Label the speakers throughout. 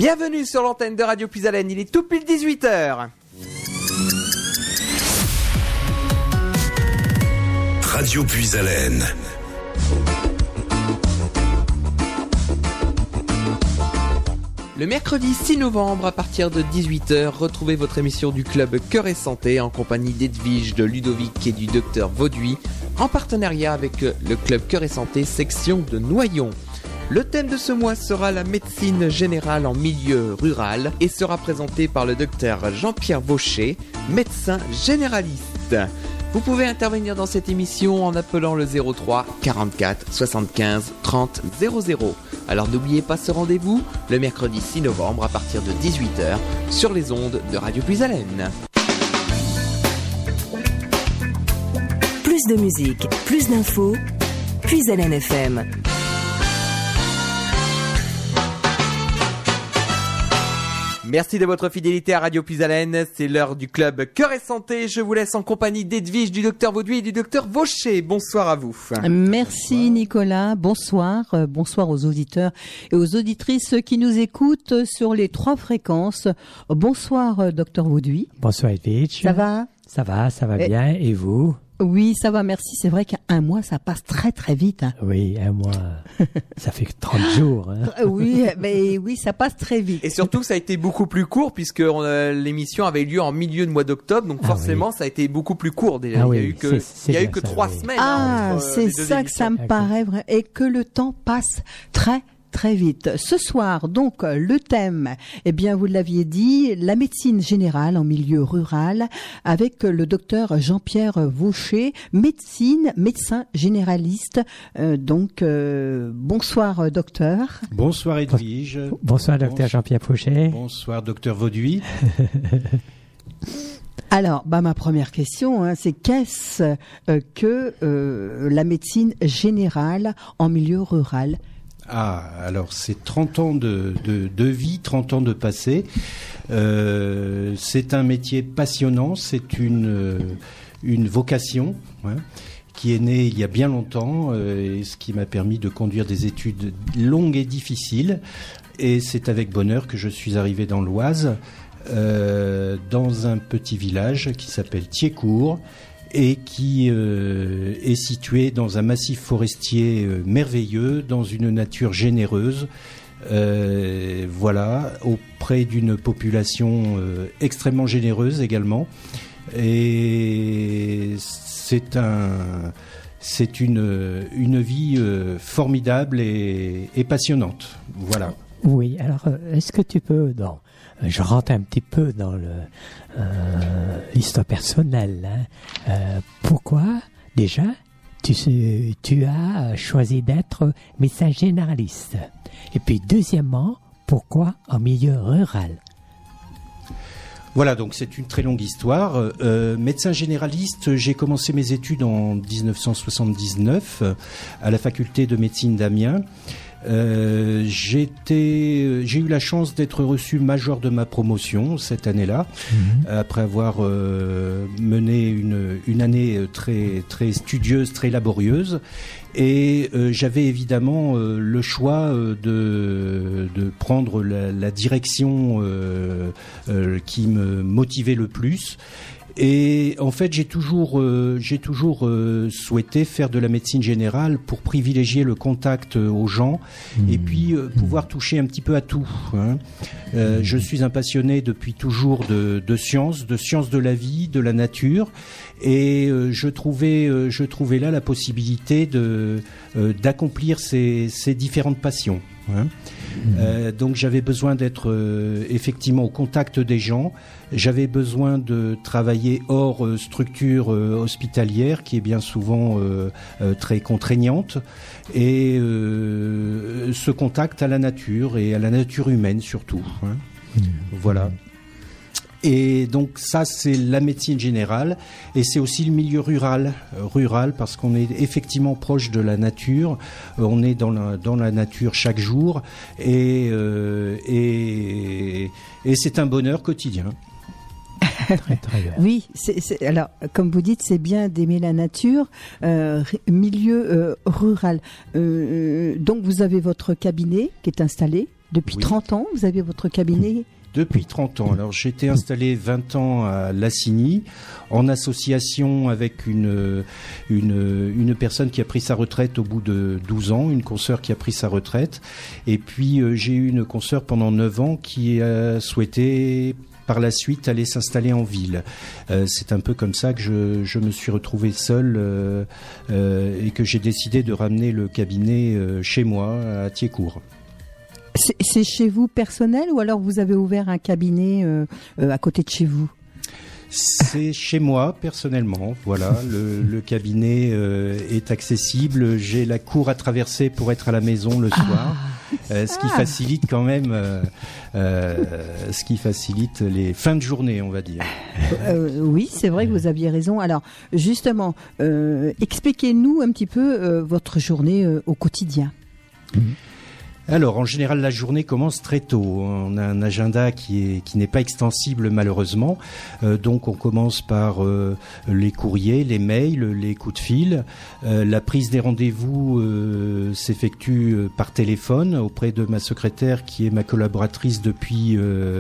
Speaker 1: Bienvenue sur l'antenne de Radio Puisalène, il est tout pile 18h.
Speaker 2: Radio Puisalène.
Speaker 1: Le mercredi 6 novembre à partir de 18h, retrouvez votre émission du club Cœur et Santé en compagnie d'Edwige, de Ludovic et du docteur Vauduit, en partenariat avec le club Cœur et Santé section de Noyon. Le thème de ce mois sera la médecine générale en milieu rural et sera présenté par le docteur Jean-Pierre Vaucher, médecin généraliste. Vous pouvez intervenir dans cette émission en appelant le 03 44 75 30 00. Alors n'oubliez pas ce rendez-vous le mercredi 6 novembre à partir de 18h sur les ondes de Radio Puisalène.
Speaker 3: Plus de musique, plus d'infos, Puisalène FM.
Speaker 1: Merci de votre fidélité à Radio Puisalène. C'est l'heure du club Cœur et Santé. Je vous laisse en compagnie d'Edwige, du docteur Vauduit et du docteur Vaucher. Bonsoir à vous.
Speaker 4: Merci Nicolas. Bonsoir. Bonsoir aux auditeurs et aux auditrices qui nous écoutent sur les 3 fréquences. Bonsoir docteur Vauduit.
Speaker 5: Bonsoir Edwige.
Speaker 4: Ça va ?
Speaker 5: Ça va bien. Et vous ?
Speaker 4: Oui, ça va, merci. C'est vrai qu'un mois, ça passe très très vite. Hein.
Speaker 5: Oui, un mois, ça fait 30 jours. Hein.
Speaker 4: Oui, mais oui, ça passe très vite.
Speaker 1: Et surtout, ça a été beaucoup plus court puisque l'émission avait lieu en milieu de mois d'octobre, donc forcément, ça a été beaucoup plus court déjà. Il y a eu que 3 semaines.
Speaker 4: Ah, c'est ça que ça me paraît vrai. Et que le temps passe très vite. Ce soir, donc, le thème, eh bien, vous l'aviez dit, la médecine générale en milieu rural, avec le docteur Jean-Pierre Vaucher, médecin généraliste. Bonsoir, docteur.
Speaker 6: Bonsoir, Edwige.
Speaker 5: Bonsoir, docteur Jean-Pierre Vaucher.
Speaker 6: Bonsoir, docteur Vauduit.
Speaker 4: Alors, ma première question, c'est qu'est-ce que la médecine générale en milieu rural ?
Speaker 6: Ah, alors c'est 30 ans de vie, 30 ans de passé. C'est un métier passionnant, c'est une vocation qui est née il y a bien longtemps, et ce qui m'a permis de conduire des études longues et difficiles. Et c'est avec bonheur que je suis arrivé dans l'Oise, dans un petit village qui s'appelle Thiécourt, et qui est situé dans un massif forestier merveilleux, dans une nature généreuse, auprès d'une population extrêmement généreuse également. Et c'est une vie formidable et passionnante. Voilà.
Speaker 5: Oui, alors est-ce que tu peux... je rentre un petit peu dans l'histoire personnelle. Pourquoi, déjà, tu as choisi d'être médecin généraliste? Et puis, deuxièmement, pourquoi en milieu rural?
Speaker 6: Voilà, donc c'est une très longue histoire. Médecin généraliste, j'ai commencé mes études en 1979 à la faculté de médecine d'Amiens. J'ai eu la chance d'être reçu major de ma promotion cette année-là, après avoir mené une année très très studieuse, très laborieuse. Et j'avais évidemment le choix de prendre la direction qui me motivait le plus. Et en fait, j'ai toujours souhaité faire de la médecine générale pour privilégier le contact aux gens et puis pouvoir toucher un petit peu à tout. Je suis un passionné depuis toujours de sciences de la vie, de la nature, et je trouvais là la possibilité d'accomplir ces différentes passions. Donc j'avais besoin d'être effectivement au contact des gens. J'avais besoin de travailler hors structure hospitalière qui est bien souvent très contraignante, et ce contact à la nature et à la nature humaine surtout. Voilà. Et donc ça, c'est la médecine générale, et c'est aussi le milieu rural parce qu'on est effectivement proche de la nature, on est dans la nature chaque jour, et c'est un bonheur quotidien.
Speaker 5: Très, très bien.
Speaker 4: Oui, alors, comme vous dites, c'est bien d'aimer la nature, milieu rural. Donc, vous avez votre cabinet qui est installé Depuis 30 ans, vous avez votre cabinet?
Speaker 6: Depuis 30 ans. Alors j'étais installé 20 ans à Lassigny en association avec une personne qui a pris sa retraite au bout de 12 ans, une consoeur qui a pris sa retraite. Et puis j'ai eu une consoeur pendant 9 ans qui a souhaité par la suite aller s'installer en ville. C'est un peu comme ça que je me suis retrouvé seul et que j'ai décidé de ramener le cabinet chez moi à Thiécourt.
Speaker 4: C'est chez vous personnel ou alors vous avez ouvert un cabinet à côté de chez vous?
Speaker 6: C'est chez moi personnellement. Voilà, le cabinet est accessible. J'ai la cour à traverser pour être à la maison le soir, ce qui facilite quand même, ce qui facilite les fins de journée, on va dire.
Speaker 4: Oui, c'est vrai que vous aviez raison. Alors justement, expliquez-nous un petit peu votre journée au quotidien.
Speaker 6: Alors, en général, la journée commence très tôt. On a un agenda qui n'est pas extensible, malheureusement. Donc, on commence par les courriers, les mails, les coups de fil. La prise des rendez-vous s'effectue par téléphone auprès de ma secrétaire, qui est ma collaboratrice depuis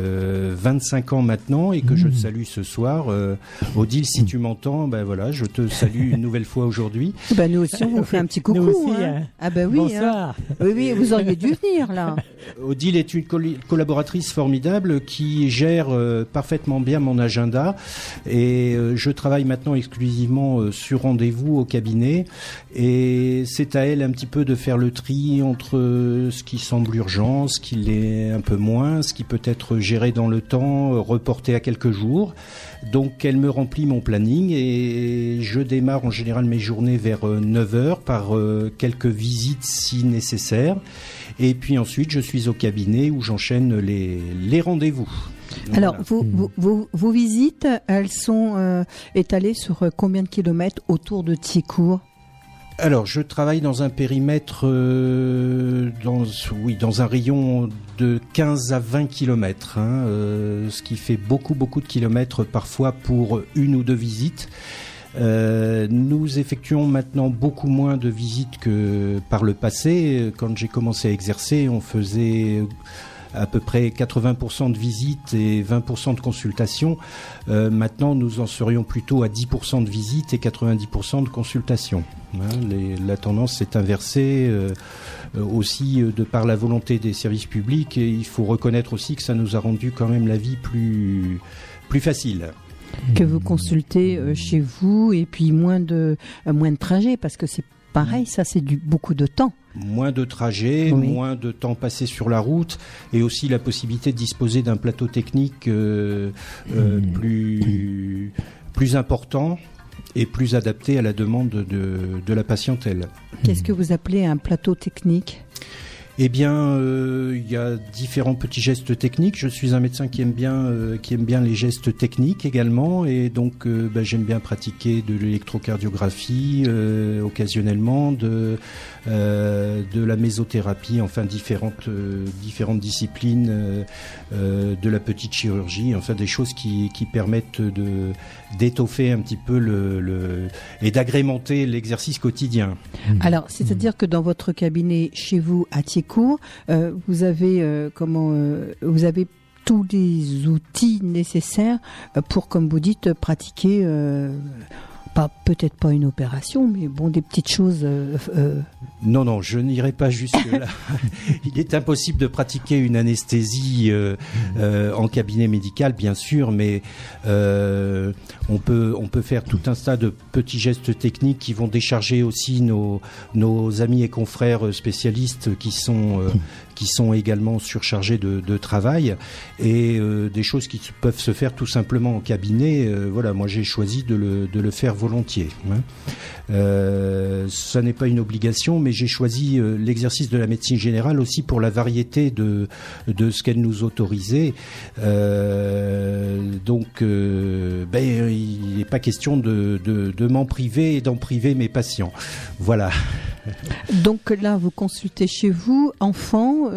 Speaker 6: 25 ans maintenant et que je salue ce soir. Odile, si tu m'entends, ben voilà, je te salue une nouvelle fois aujourd'hui.
Speaker 4: Ben nous aussi, on vous fait un petit coucou.
Speaker 5: Nous aussi, hein.
Speaker 4: Ah ben oui.
Speaker 5: Bonsoir.
Speaker 4: Hein. Oui, vous auriez dû venir là.
Speaker 6: Odile est une collaboratrice formidable qui gère parfaitement bien mon agenda et je travaille maintenant exclusivement sur rendez-vous au cabinet et c'est à elle un petit peu de faire le tri entre ce qui semble urgent, ce qui l'est un peu moins, ce qui peut être géré dans le temps, reporté à quelques jours. Donc elle me remplit mon planning et je démarre en général mes journées vers 9h par quelques visites si nécessaire. Et puis ensuite, je suis au cabinet où j'enchaîne les rendez-vous. Donc,
Speaker 4: alors,
Speaker 6: voilà.
Speaker 4: vos visites, elles sont étalées sur combien de kilomètres autour de Thiécourt?
Speaker 6: Alors, je travaille dans un périmètre, dans un rayon de 15 à 20 kilomètres, ce qui fait beaucoup de kilomètres parfois pour une ou deux visites. Nous effectuons maintenant beaucoup moins de visites que par le passé. Quand j'ai commencé à exercer, on faisait à peu près 80% de visites et 20% de consultations. Maintenant, nous en serions plutôt à 10% de visites et 90% de consultations. La tendance s'est inversée aussi de par la volonté des services publics et il faut reconnaître aussi que ça nous a rendu quand même la vie plus facile.
Speaker 4: Que vous consultez chez vous et puis moins de trajets parce que c'est pareil, ça c'est beaucoup de temps.
Speaker 6: Moins de trajets, oui. Moins de temps passé sur la route et aussi la possibilité de disposer d'un plateau technique plus important et plus adapté à la demande de la patientèle.
Speaker 4: Qu'est-ce que vous appelez un plateau technique ?
Speaker 6: Eh bien, il y a différents petits gestes techniques. Je suis un médecin qui aime bien les gestes techniques également, et donc j'aime bien pratiquer de l'électrocardiographie occasionnellement, de la mésothérapie, enfin différentes disciplines, de la petite chirurgie, enfin des choses qui permettent d'étoffer un petit peu et d'agrémenter l'exercice quotidien.
Speaker 4: Alors, c'est-à-dire que dans votre cabinet chez vous à Thiécourt, vous avez vous avez tous les outils nécessaires pour, comme vous dites, pratiquer peut-être pas une opération, mais bon, des petites choses.
Speaker 6: Non, je n'irai pas jusque-là. Il est impossible de pratiquer une anesthésie en cabinet médical, bien sûr, mais on peut faire tout un tas de petits gestes techniques qui vont décharger aussi nos amis et confrères spécialistes qui sont également surchargés de travail, et des choses qui peuvent se faire tout simplement en cabinet. Voilà, moi j'ai choisi de le faire volontiers. Ça n'est pas une obligation, mais j'ai choisi l'exercice de la médecine générale aussi pour la variété de ce qu'elle nous autorisait. Donc, il n'est pas question de m'en priver et d'en priver mes patients. Voilà.
Speaker 4: Donc là, vous consultez chez vous, enfants,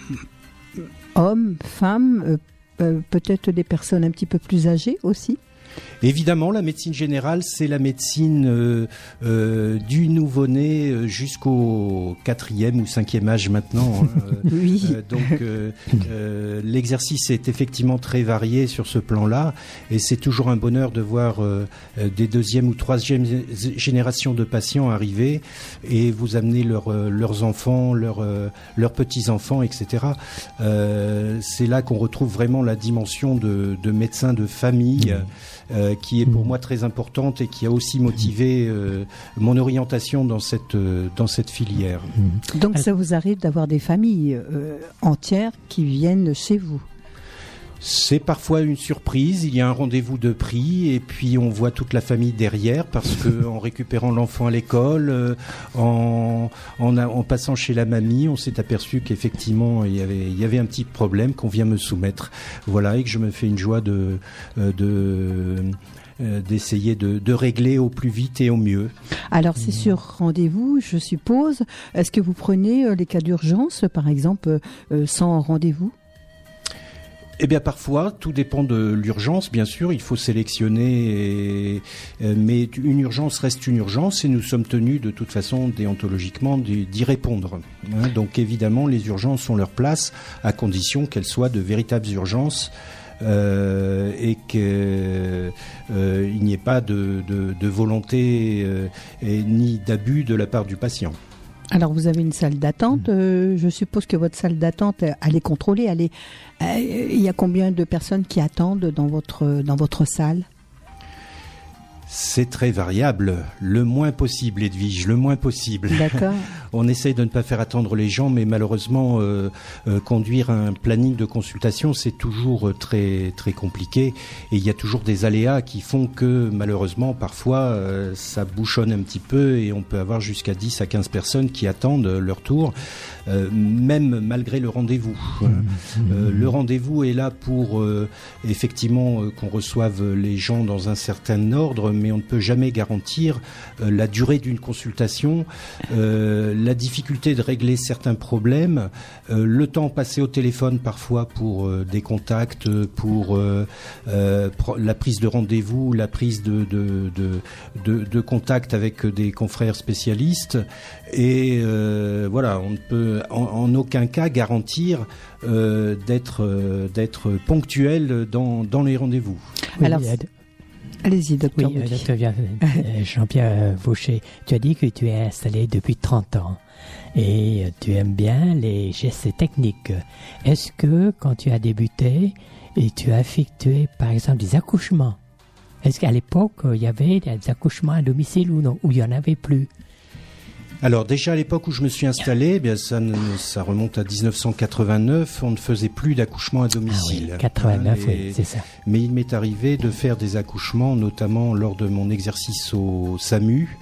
Speaker 4: hommes, femmes, peut-être des personnes un petit peu plus âgées aussi ?
Speaker 6: Évidemment, la médecine générale, c'est la médecine du nouveau-né jusqu'au 4e ou 5e âge maintenant.
Speaker 4: Oui.
Speaker 6: Donc, l'exercice est effectivement très varié sur ce plan-là, et c'est toujours un bonheur de voir des 2e ou 3e générations de patients arriver et vous amener leurs enfants, leurs petits-enfants, etc. C'est là qu'on retrouve vraiment la dimension de médecin de famille. Qui est pour moi très importante et qui a aussi motivé mon orientation dans cette filière.
Speaker 4: Donc ça vous arrive d'avoir des familles entières qui viennent chez vous?
Speaker 6: C'est parfois une surprise, il y a un rendez-vous de prix et puis on voit toute la famille derrière parce que en récupérant l'enfant à l'école, en passant chez la mamie, on s'est aperçu qu'effectivement il y avait un petit problème qu'on vient me soumettre. Voilà, et que je me fais une joie d'essayer de régler au plus vite et au mieux.
Speaker 4: Alors c'est sur rendez-vous, je suppose. Est-ce que vous prenez les cas d'urgence, par exemple, sans rendez-vous?
Speaker 6: Eh bien, parfois, tout dépend de l'urgence, bien sûr, il faut sélectionner, mais une urgence reste une urgence et nous sommes tenus de toute façon déontologiquement d'y répondre. Donc évidemment, les urgences ont leur place à condition qu'elles soient de véritables urgences et qu'il n'y ait pas de volonté ni d'abus de la part du patient.
Speaker 4: Alors vous avez une salle d'attente, je suppose que votre salle d'attente, elle est contrôlée, il y a combien de personnes qui attendent dans votre salle?
Speaker 6: C'est très variable, le moins possible, Edwige, le moins possible.
Speaker 4: D'accord.
Speaker 6: On essaye de ne pas faire attendre les gens, mais malheureusement, conduire un planning de consultation, c'est toujours très très compliqué. Et il y a toujours des aléas qui font que, malheureusement, parfois, ça bouchonne un petit peu et on peut avoir jusqu'à 10 à 15 personnes qui attendent leur tour, même malgré le rendez-vous. Le rendez-vous est là pour, effectivement, qu'on reçoive les gens dans un certain ordre, mais on ne peut jamais garantir la durée d'une consultation, la difficulté de régler certains problèmes, le temps passé au téléphone parfois pour des contacts, pour la prise de rendez-vous, la prise de contact avec des confrères spécialistes. Et voilà, on ne peut en aucun cas garantir d'être ponctuel dans les rendez-vous.
Speaker 4: Alors, allez-y, docteur.
Speaker 5: Oui, docteur Jean-Pierre Vaucher, tu as dit que tu es installé depuis 30 ans et tu aimes bien les gestes techniques. Est-ce que quand tu as débuté et tu as effectué par exemple des accouchements, est-ce qu'à l'époque il y avait des accouchements à domicile ou non, ou il n'y en avait plus?
Speaker 6: Alors déjà à l'époque où je me suis installé, eh bien ça remonte à 1989, on ne faisait plus d'accouchements à domicile.
Speaker 5: Ah oui, 89, oui, c'est ça.
Speaker 6: Mais il m'est arrivé de faire des accouchements, notamment lors de mon exercice au SAMU.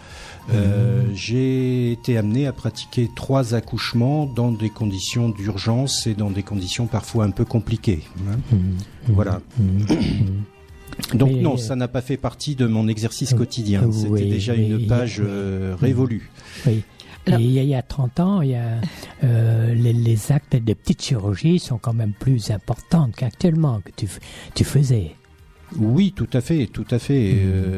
Speaker 6: J'ai été amené à pratiquer 3 accouchements dans des conditions d'urgence et dans des conditions parfois un peu compliquées. Voilà. Donc non, ça n'a pas fait partie de mon exercice quotidien. C'était déjà une page révolue.
Speaker 5: Oui. Alors, et il y a 30 ans, il y a, les actes de petite chirurgie sont quand même plus importants qu'actuellement, que tu faisais.
Speaker 6: Oui, tout à fait, tout à fait.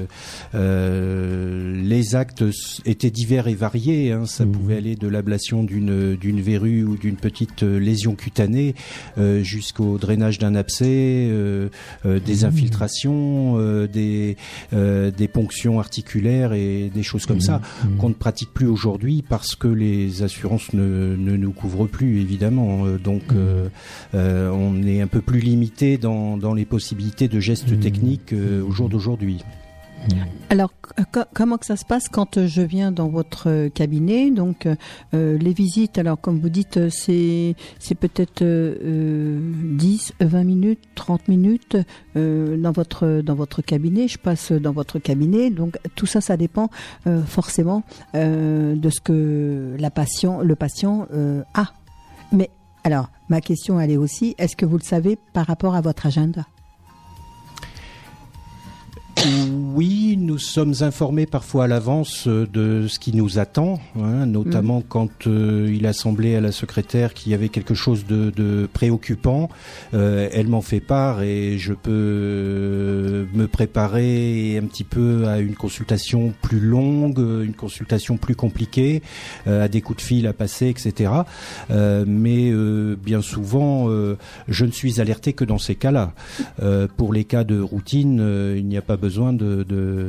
Speaker 6: Les actes étaient divers et variés. Ça pouvait aller de l'ablation d'une verrue ou d'une petite lésion cutanée jusqu'au drainage d'un abcès, des infiltrations, des ponctions articulaires et des choses comme ça qu'on ne pratique plus aujourd'hui parce que les assurances ne nous couvrent plus, évidemment. Donc, on est un peu plus limité dans les possibilités de gestes techniques au jour d'aujourd'hui.
Speaker 4: Alors, comment que ça se passe quand je viens dans votre cabinet? Donc, les visites, alors comme vous dites, c'est peut-être 10, 20 minutes, 30 minutes dans votre cabinet. Je passe dans votre cabinet. Donc, tout ça, ça dépend forcément de ce que le patient a. Mais, alors, ma question, elle est aussi, est-ce que vous le savez par rapport à votre agenda?
Speaker 6: Oui, nous sommes informés parfois à l'avance de ce qui nous attend, notamment quand il a semblé à la secrétaire qu'il y avait quelque chose de préoccupant. Elle m'en fait part et je peux me préparer un petit peu à une consultation plus longue, une consultation plus compliquée, à des coups de fil à passer, etc. Mais bien souvent, je ne suis alerté que dans ces cas-là. Pour les cas de routine, il n'y a pas besoin de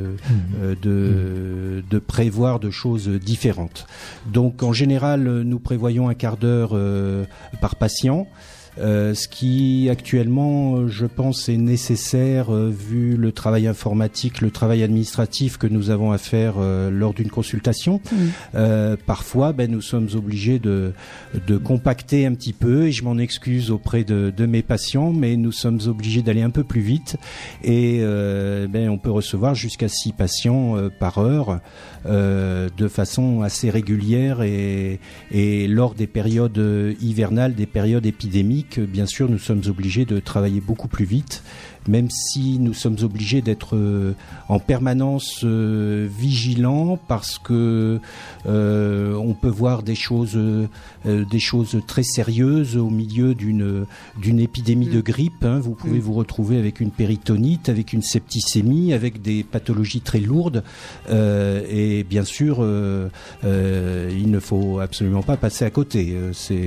Speaker 6: prévoir de choses différentes. Donc en général, nous prévoyons un quart d'heure par patient. Ce qui actuellement, je pense, est nécessaire vu le travail informatique, le travail administratif que nous avons à faire lors d'une consultation. Parfois, nous sommes obligés de compacter un petit peu, et je m'en excuse auprès de mes patients, mais nous sommes obligés d'aller un peu plus vite, et on peut recevoir jusqu'à 6 patients par heure de façon assez régulière, et lors des périodes hivernales, des périodes épidémiques, bien sûr, nous sommes obligés de travailler beaucoup plus vite, même si nous sommes obligés d'être en permanence vigilants, parce que on peut voir des choses très sérieuses au milieu d'une épidémie de grippe. Vous pouvez vous retrouver avec une péritonite, avec une septicémie, avec des pathologies très lourdes, et bien sûr, il ne faut absolument pas passer à côté.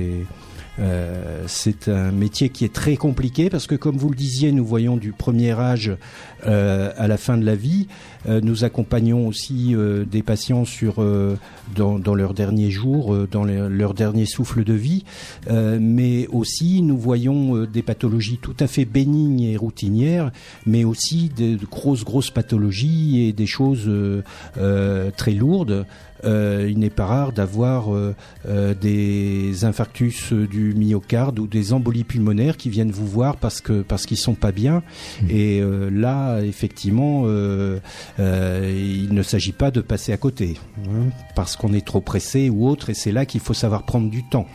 Speaker 6: C'est un métier qui est très compliqué, parce que, comme vous le disiez, nous voyons du premier âge à la fin de la vie. Nous accompagnons aussi des patients dans leurs derniers jours, dans leur dernier souffle de vie, mais aussi nous voyons des pathologies tout à fait bénignes et routinières, mais aussi de grosses pathologies et des choses très lourdes. Il n'est pas rare d'avoir des infarctus du myocarde ou des embolies pulmonaires qui viennent vous voir parce qu'ils sont pas bien. Et là, effectivement, il ne s'agit pas de passer à côté, parce qu'on est trop pressé ou autre, et c'est là qu'il faut savoir prendre du temps.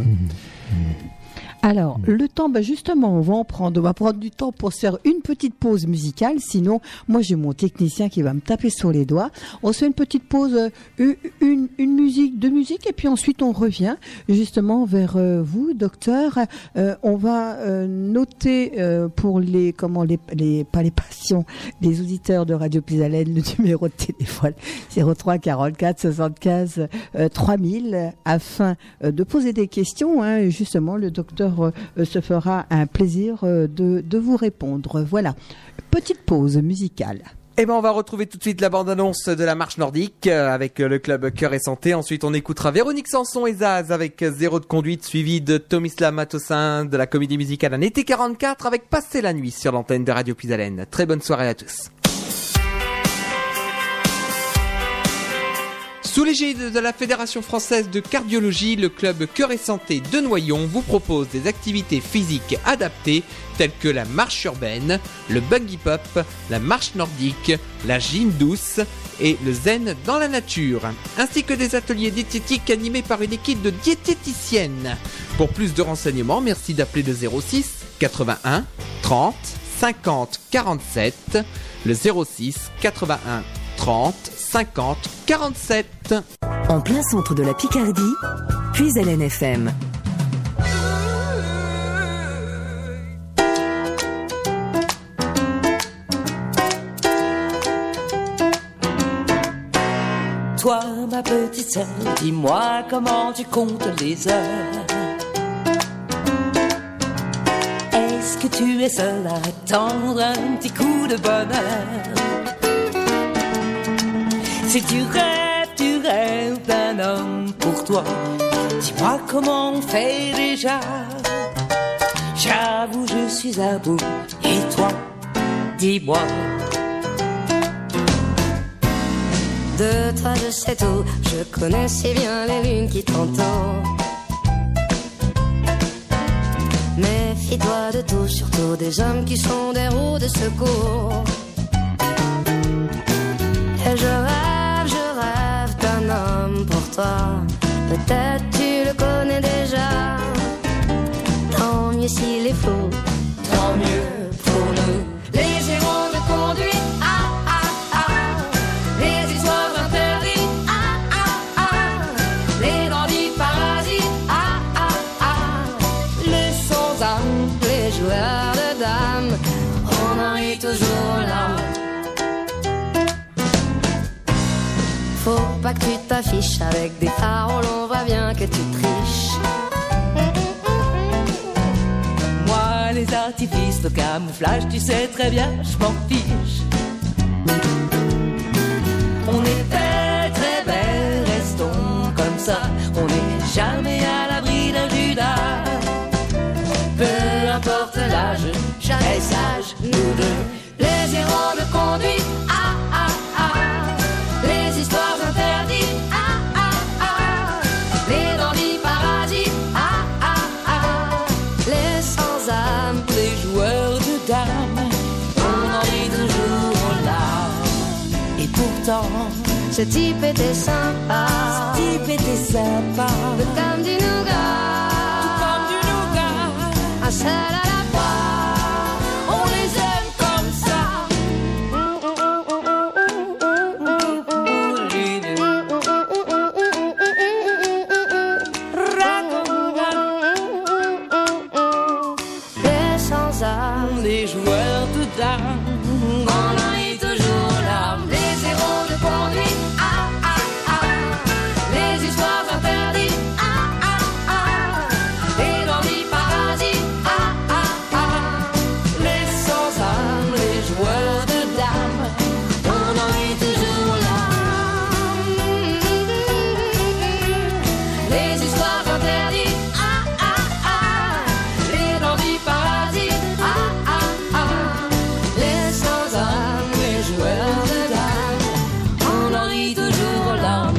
Speaker 4: Alors, le temps, justement, on va prendre du temps pour se faire une petite pause musicale. Sinon, moi, j'ai mon technicien qui va me taper sur les doigts. On se fait une petite pause, deux musiques, et puis ensuite, on revient justement vers vous, docteur. On va noter pour pas les patients, les auditeurs de Radio Puisalène, le numéro de téléphone 03 44 75 3000, afin de poser des questions. Justement, le docteur se fera un plaisir de vous répondre. Voilà, petite pause musicale.
Speaker 1: On va retrouver tout de suite la bande-annonce de la marche nordique avec le club Cœur et Santé. Ensuite, on écoutera Véronique Sanson et Zaz avec Zéro de conduite, suivi de Tomislav Matossin de la comédie musicale Un été 44 avec Passer la nuit sur l'antenne de Radio Puisalène. Très bonne soirée à tous. Sous l'égide de la Fédération française de cardiologie, le club Cœur et Santé de Noyon vous propose des activités physiques adaptées telles que la marche urbaine, le bungee pop, la marche nordique, la gym douce et le zen dans la nature, ainsi que des ateliers diététiques animés par une équipe de diététiciennes. Pour plus de renseignements, merci d'appeler le 06 81 30 50 47, le 06 81 30 50 47.
Speaker 3: En plein centre de la Picardie, Puisalène FM.
Speaker 7: Toi, ma petite sœur, dis-moi comment tu comptes les heures. Est-ce que tu es seule à attendre un petit coup de bonheur? Si tu rêves d'un homme pour toi, dis-moi comment on fait déjà. J'avoue, je suis à bout, et toi, dis-moi.
Speaker 8: De toi je sais tout, je connais si bien les lunes qui t'entourent. Méfie-toi de tout, surtout des hommes qui sont des roues de secours. Et je rêve d'un homme pour toi. Peut-être tu le connais déjà. Tant mieux s'il est faux, tant mieux pour nous. Les zéros de conduite, toujours là. Faut pas que tu t'affiches avec des paroles, on voit bien que tu triches.
Speaker 7: Moi, les artifices, le camouflage, tu sais très bien, je m'en fiche. On était très belles, restons comme ça. On n'est jamais à l'abri d'un Judas. Peu importe l'âge, jamais sage, nous deux. Les héros de conduite, ah ah ah. Les histoires interdites, ah ah ah. Les dandys parasites, ah ah ah.
Speaker 8: Les sans-âme,
Speaker 7: les joueurs de dames, on en rit toujours aux larmes. Et pourtant,
Speaker 8: ce type était sympa.
Speaker 7: ce type était sympa.
Speaker 8: Le comme du nougat,
Speaker 7: Tout comme du nougat,
Speaker 8: un seul à la fois.
Speaker 7: on les aime comme ça.
Speaker 8: Les sans-âme,
Speaker 7: Les joueurs de dames,
Speaker 8: on en rit toujours larmes. Les héros de conduite, ah ah ah. Les histoires interdites, ah ah ah. Les dandys parasites, ah ah ah.
Speaker 7: les sans-âme, les joueurs de dames,
Speaker 8: On en rit toujours larmes. Les histoires interdites, ah ah ah. Les dandys parasites, ah ah ah. Les sans-âme, les joueurs de dames,
Speaker 7: on en rit toujours aux larmes.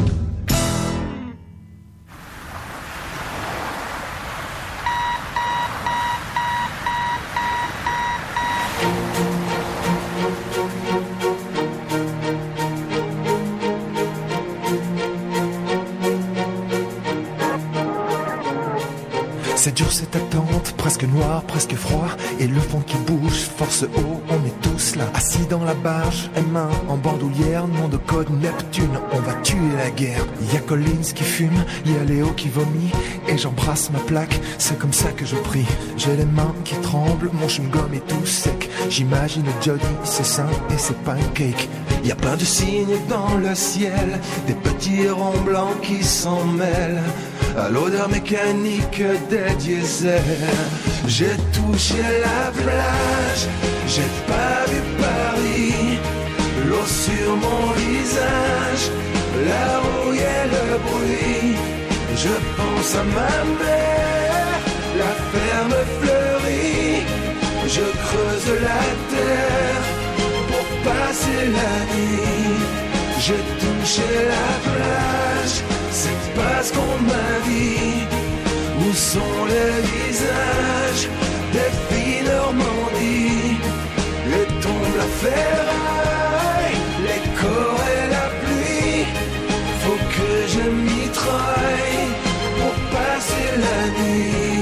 Speaker 9: C'est dur cette attente, presque noir, presque froid. Et le fond qui bouge, force haut, on est tous là. Assis dans la barge, M1 en bandoulière, nom de code Neptune, on va tuer la guerre. Y a Collins qui fume, y a Léo qui vomit. Et j'embrasse ma plaque, c'est comme ça que je prie. J'ai les mains qui tremblent, mon chewing-gum est tout sec. J'imagine Jody, ses seins et ses pancakes. Y a plein de signes dans le ciel, des petits ronds blancs qui s'en mêlent à l'odeur mécanique des diesels. J'ai touché la plage, j'ai pas vu Paris, l'eau sur mon visage, la rouille et le bruit. Je pense à ma mère, la ferme fleurie. Je creuse la terre pour passer la nuit. J'ai touché la plage, c'est pas ce qu'on m'a dit. Où sont les visages des filles Normandie? Les tombes, la ferraille, les corps et la pluie. Faut que je mitraille pour passer la nuit.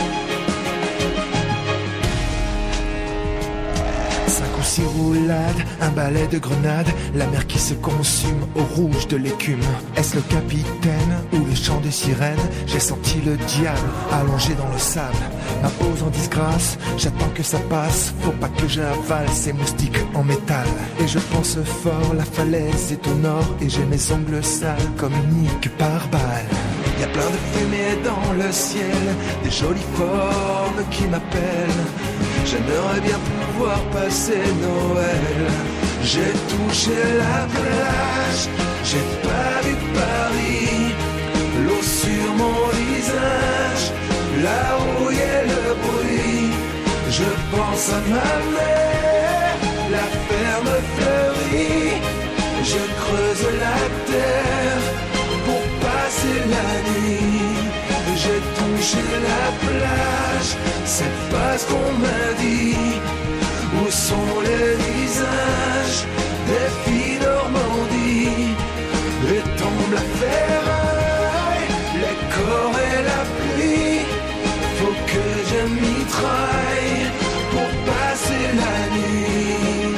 Speaker 9: 5 ou 6 roulades, un balai de grenades, la mer qui se consume au rouge de l'écume. Est-ce le capitaine ou le chant des sirènes? J'ai senti le diable allongé dans le sable. Ma pose en disgrâce, j'attends que ça passe. Faut pas que j'avale ces moustiques en métal. Et je pense fort, la falaise est au nord. Et j'ai mes ongles sales comme unique par balle. Y a plein de fumée dans le ciel, des jolies formes qui m'appellent. J'aimerais bien pouvoir passer Noël. J'ai touché la plage, j'ai pas vu Paris, l'eau sur mon visage, la rouille et le bruit. Je pense à ma mère, la ferme fleurie. Je creuse la terre pour passer la nuit. J'ai touché la plage, c'est pas ce qu'on m'a dit. Où sont les visages des filles Normandie? Les tombes, la ferraille, les corps et la pluie. Faut que je mitraille pour passer la nuit.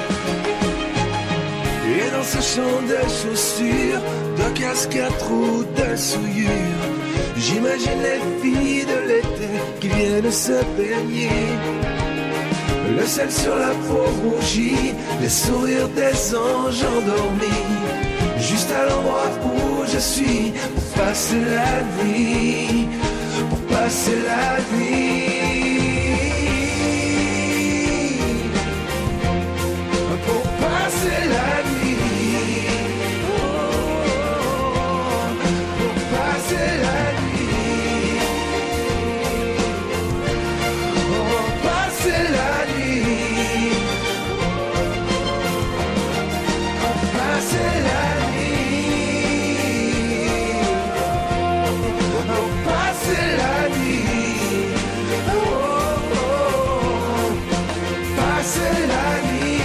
Speaker 9: Et dans ce champ de chaussures, de casques à trous, de souillures, j'imagine les filles de l'été qui viennent se baigner. Le sel sur la peau rougie, les sourires des anges endormis. Juste à l'endroit où je suis, pour passer la nuit, pour passer la nuit. Pour passer la nuit. Pour passer la nuit. Pour passer la nuit. Pour passer la nuit. Pour passer la nuit. Passer la nuit.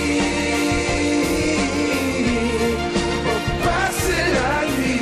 Speaker 9: Passer la nuit.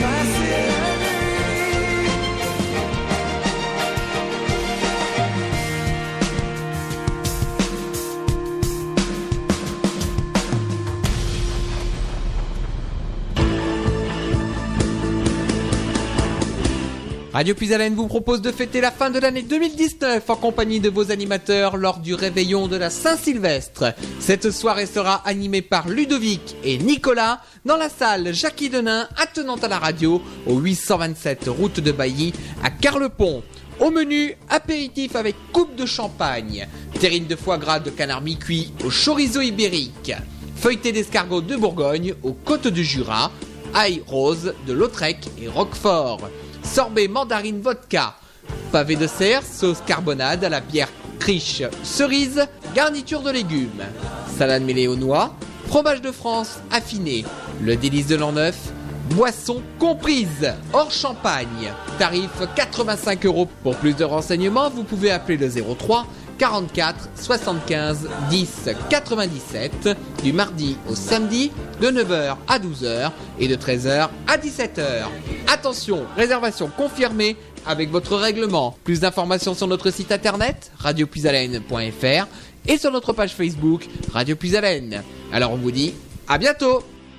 Speaker 1: Radio Puisalène vous propose de fêter la fin de l'année 2019 en compagnie de vos animateurs lors du réveillon de la Saint-Sylvestre. Cette soirée sera animée par Ludovic et Nicolas dans la salle Jackie Denain attenante à la radio au 827 route de Bailly à Carlepont. Au menu, apéritif avec coupe de champagne, terrine de foie gras de canard mi-cuit au chorizo ibérique, feuilleté d'escargot de Bourgogne aux côtes du Jura, ail rose de Lautrec et Roquefort, sorbet mandarine vodka, pavé de cerf, sauce carbonade à la bière criche cerise, garniture de légumes, salade mêlée aux noix, fromage de France affiné, le délice de l'an neuf, boisson comprise, hors champagne, tarif 85 €. Pour plus de renseignements, vous pouvez appeler le 03 44 75 10 97 du mardi au samedi de 9h à 12h et de 13h à 17h. Attention, réservation confirmée avec votre règlement. Plus d'informations sur notre site internet radiopuisalène.fr et sur notre page Facebook Radio Puisalène. Alors on vous dit à bientôt.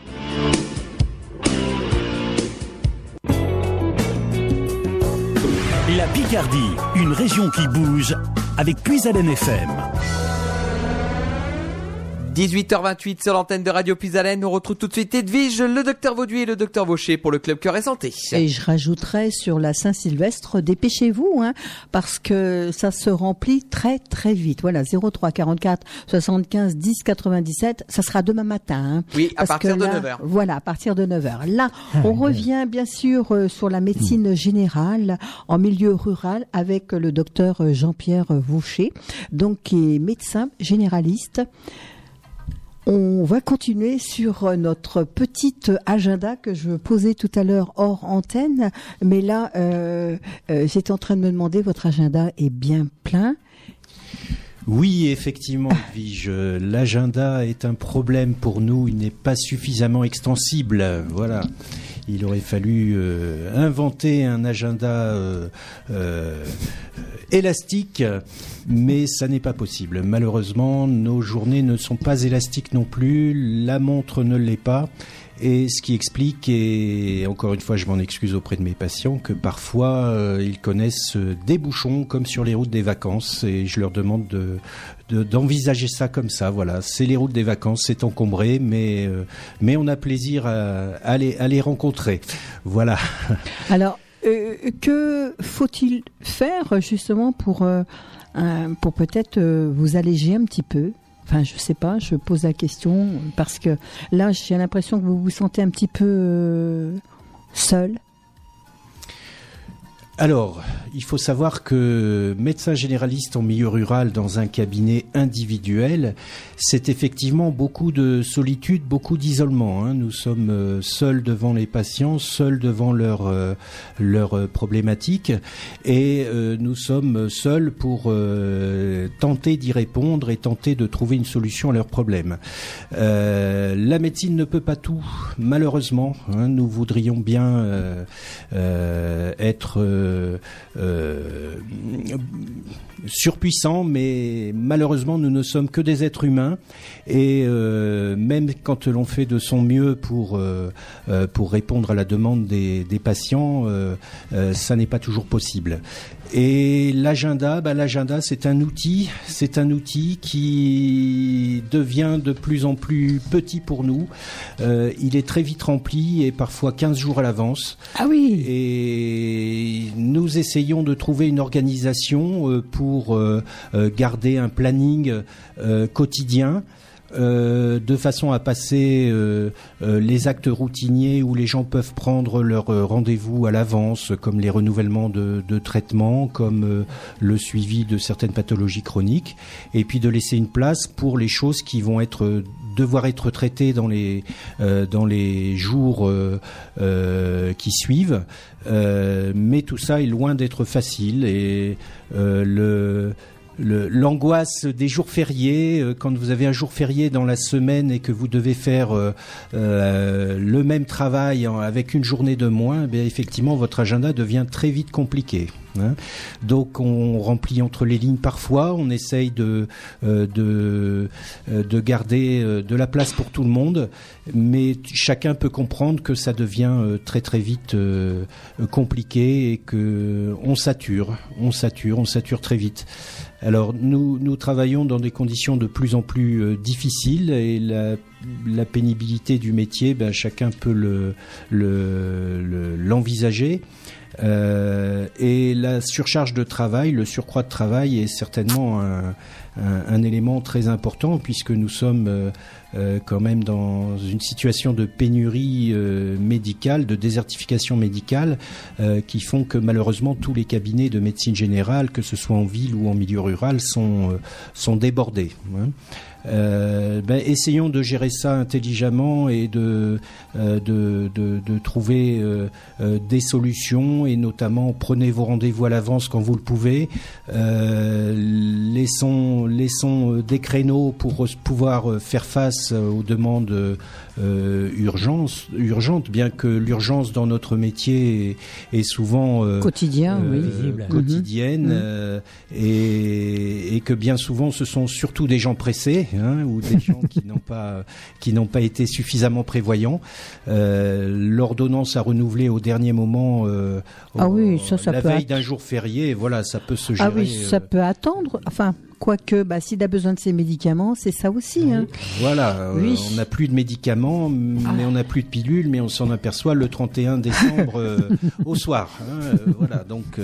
Speaker 10: La Picardie, une région qui bouge avec Puisalène FM.
Speaker 1: 18h28 sur l'antenne de Radio Puisalène. On retrouve tout de suite Edwige, le docteur Vauduit et le docteur Vaucher pour le Club Cœur et Santé.
Speaker 4: Et je rajouterais sur la Saint-Sylvestre, dépêchez-vous, parce que ça se remplit très très vite. Voilà, 03 44 75 10 97, ça sera demain matin.
Speaker 1: Oui, à partir de 9h.
Speaker 4: Voilà, à partir de 9h. Là, on revient bien sûr sur la médecine générale en milieu rural avec le docteur Jean-Pierre Vaucher, donc qui est médecin généraliste. On va continuer sur notre petite agenda que je posais tout à l'heure hors antenne. Mais là, j'étais en train de me demander, votre agenda est bien plein?
Speaker 6: Oui, effectivement, Edwige, l'agenda est un problème pour nous. Il n'est pas suffisamment extensible. Voilà. Il aurait fallu inventer un agenda élastique, mais ça n'est pas possible. Malheureusement, nos journées ne sont pas élastiques non plus. La montre ne l'est pas. Et ce qui explique, et encore une fois je m'en excuse auprès de mes patients, que parfois ils connaissent des bouchons comme sur les routes des vacances, et je leur demande d'envisager ça comme ça. Voilà, c'est les routes des vacances, c'est encombré, mais on a plaisir à les rencontrer. Voilà.
Speaker 4: Alors, que faut-il faire justement pour peut-être vous alléger un petit peu? Enfin, je sais pas, je pose la question parce que là, j'ai l'impression que vous vous sentez un petit peu seul.
Speaker 6: Alors, il faut savoir que médecin généraliste en milieu rural dans un cabinet individuel, c'est effectivement beaucoup de solitude, beaucoup d'isolement. Nous sommes seuls devant les patients, seuls devant leurs problématiques, et nous sommes seuls pour tenter d'y répondre et tenter de trouver une solution à leurs problèmes. La médecine ne peut pas tout, malheureusement. Nous voudrions bien être surpuissant, mais malheureusement nous ne sommes que des êtres humains et même quand l'on fait de son mieux pour répondre à la demande des patients, ça n'est pas toujours possible. Et l'agenda, c'est un outil qui devient de plus en plus petit pour nous. Il est très vite rempli et parfois 15 jours à l'avance.
Speaker 4: Ah oui.
Speaker 6: Et nous essayons de trouver une organisation pour garder un planning quotidien. De façon à passer les actes routiniers où les gens peuvent prendre leur rendez-vous à l'avance, comme les renouvellements de traitements, comme le suivi de certaines pathologies chroniques, et puis de laisser une place pour les choses qui vont devoir être traitées dans les jours qui suivent. Mais tout ça est loin d'être facile et l'angoisse des jours fériés, quand vous avez un jour férié dans la semaine et que vous devez faire le même travail avec une journée de moins, effectivement votre agenda devient très vite compliqué. Donc on remplit entre les lignes parfois, on essaye de garder de la place pour tout le monde, mais chacun peut comprendre que ça devient très très vite compliqué et que on sature très vite. Alors nous travaillons dans des conditions de plus en plus difficiles et la pénibilité du métier, chacun peut l'envisager. Et la surcharge de travail, le surcroît de travail est certainement un élément très important puisque nous sommes quand même dans une situation de pénurie médicale, de désertification médicale qui font que malheureusement tous les cabinets de médecine générale, que ce soit en ville ou en milieu rural, sont débordés. Essayons de gérer ça intelligemment et de trouver des solutions et notamment prenez vos rendez-vous à l'avance quand vous le pouvez. Laissons des créneaux pour pouvoir faire face aux demandes urgentes, bien que l'urgence dans notre métier est souvent quotidienne et que bien souvent ce sont surtout des gens pressés ou des gens qui n'ont pas été suffisamment prévoyants. L'ordonnance à renouveler au dernier moment la veille d'un jour férié, voilà, ça peut se gérer.
Speaker 4: Ah oui, ça peut attendre. Enfin, quoique, s'il a besoin de ses médicaments, c'est ça aussi.
Speaker 6: Voilà,
Speaker 4: oui.
Speaker 6: On n'a plus de médicaments, mais on n'a plus de pilules, mais on s'en aperçoit le 31 décembre au soir. Voilà, donc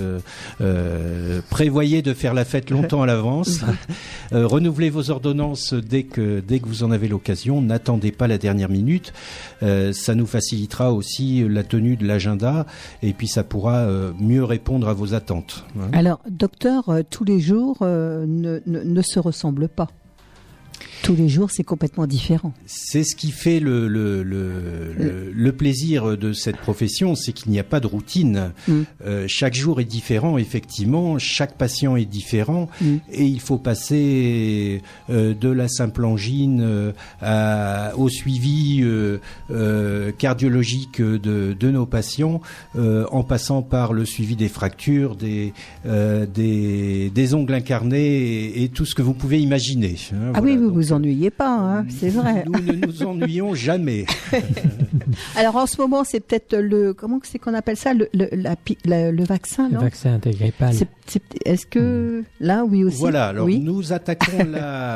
Speaker 6: prévoyez de faire la fête longtemps à l'avance. Renouvelez vos ordonnances dès que vous en avez l'occasion. N'attendez pas la dernière minute. Ça nous facilitera aussi la tenue de l'agenda et puis ça pourra mieux répondre à vos attentes.
Speaker 4: Alors, docteur, tous les jours ne se ressemblent pas. Tous les jours, c'est complètement différent.
Speaker 6: C'est ce qui fait le plaisir de cette profession, c'est qu'il n'y a pas de routine. Chaque jour est différent, effectivement. Chaque patient est différent. Et il faut passer de la simple angine au suivi cardiologique de nos patients, en passant par le suivi des fractures, des ongles incarnés et tout ce que vous pouvez imaginer.
Speaker 4: Ah voilà, oui, vous ennuyez pas, c'est vrai.
Speaker 6: Nous ne nous ennuyons jamais.
Speaker 4: Alors en ce moment, c'est peut-être comment c'est qu'on appelle ça, le vaccin, non ?
Speaker 5: Le vaccin antigripal.
Speaker 4: Est-ce que là, oui aussi.
Speaker 6: Voilà. Alors
Speaker 4: oui.
Speaker 6: nous attaquons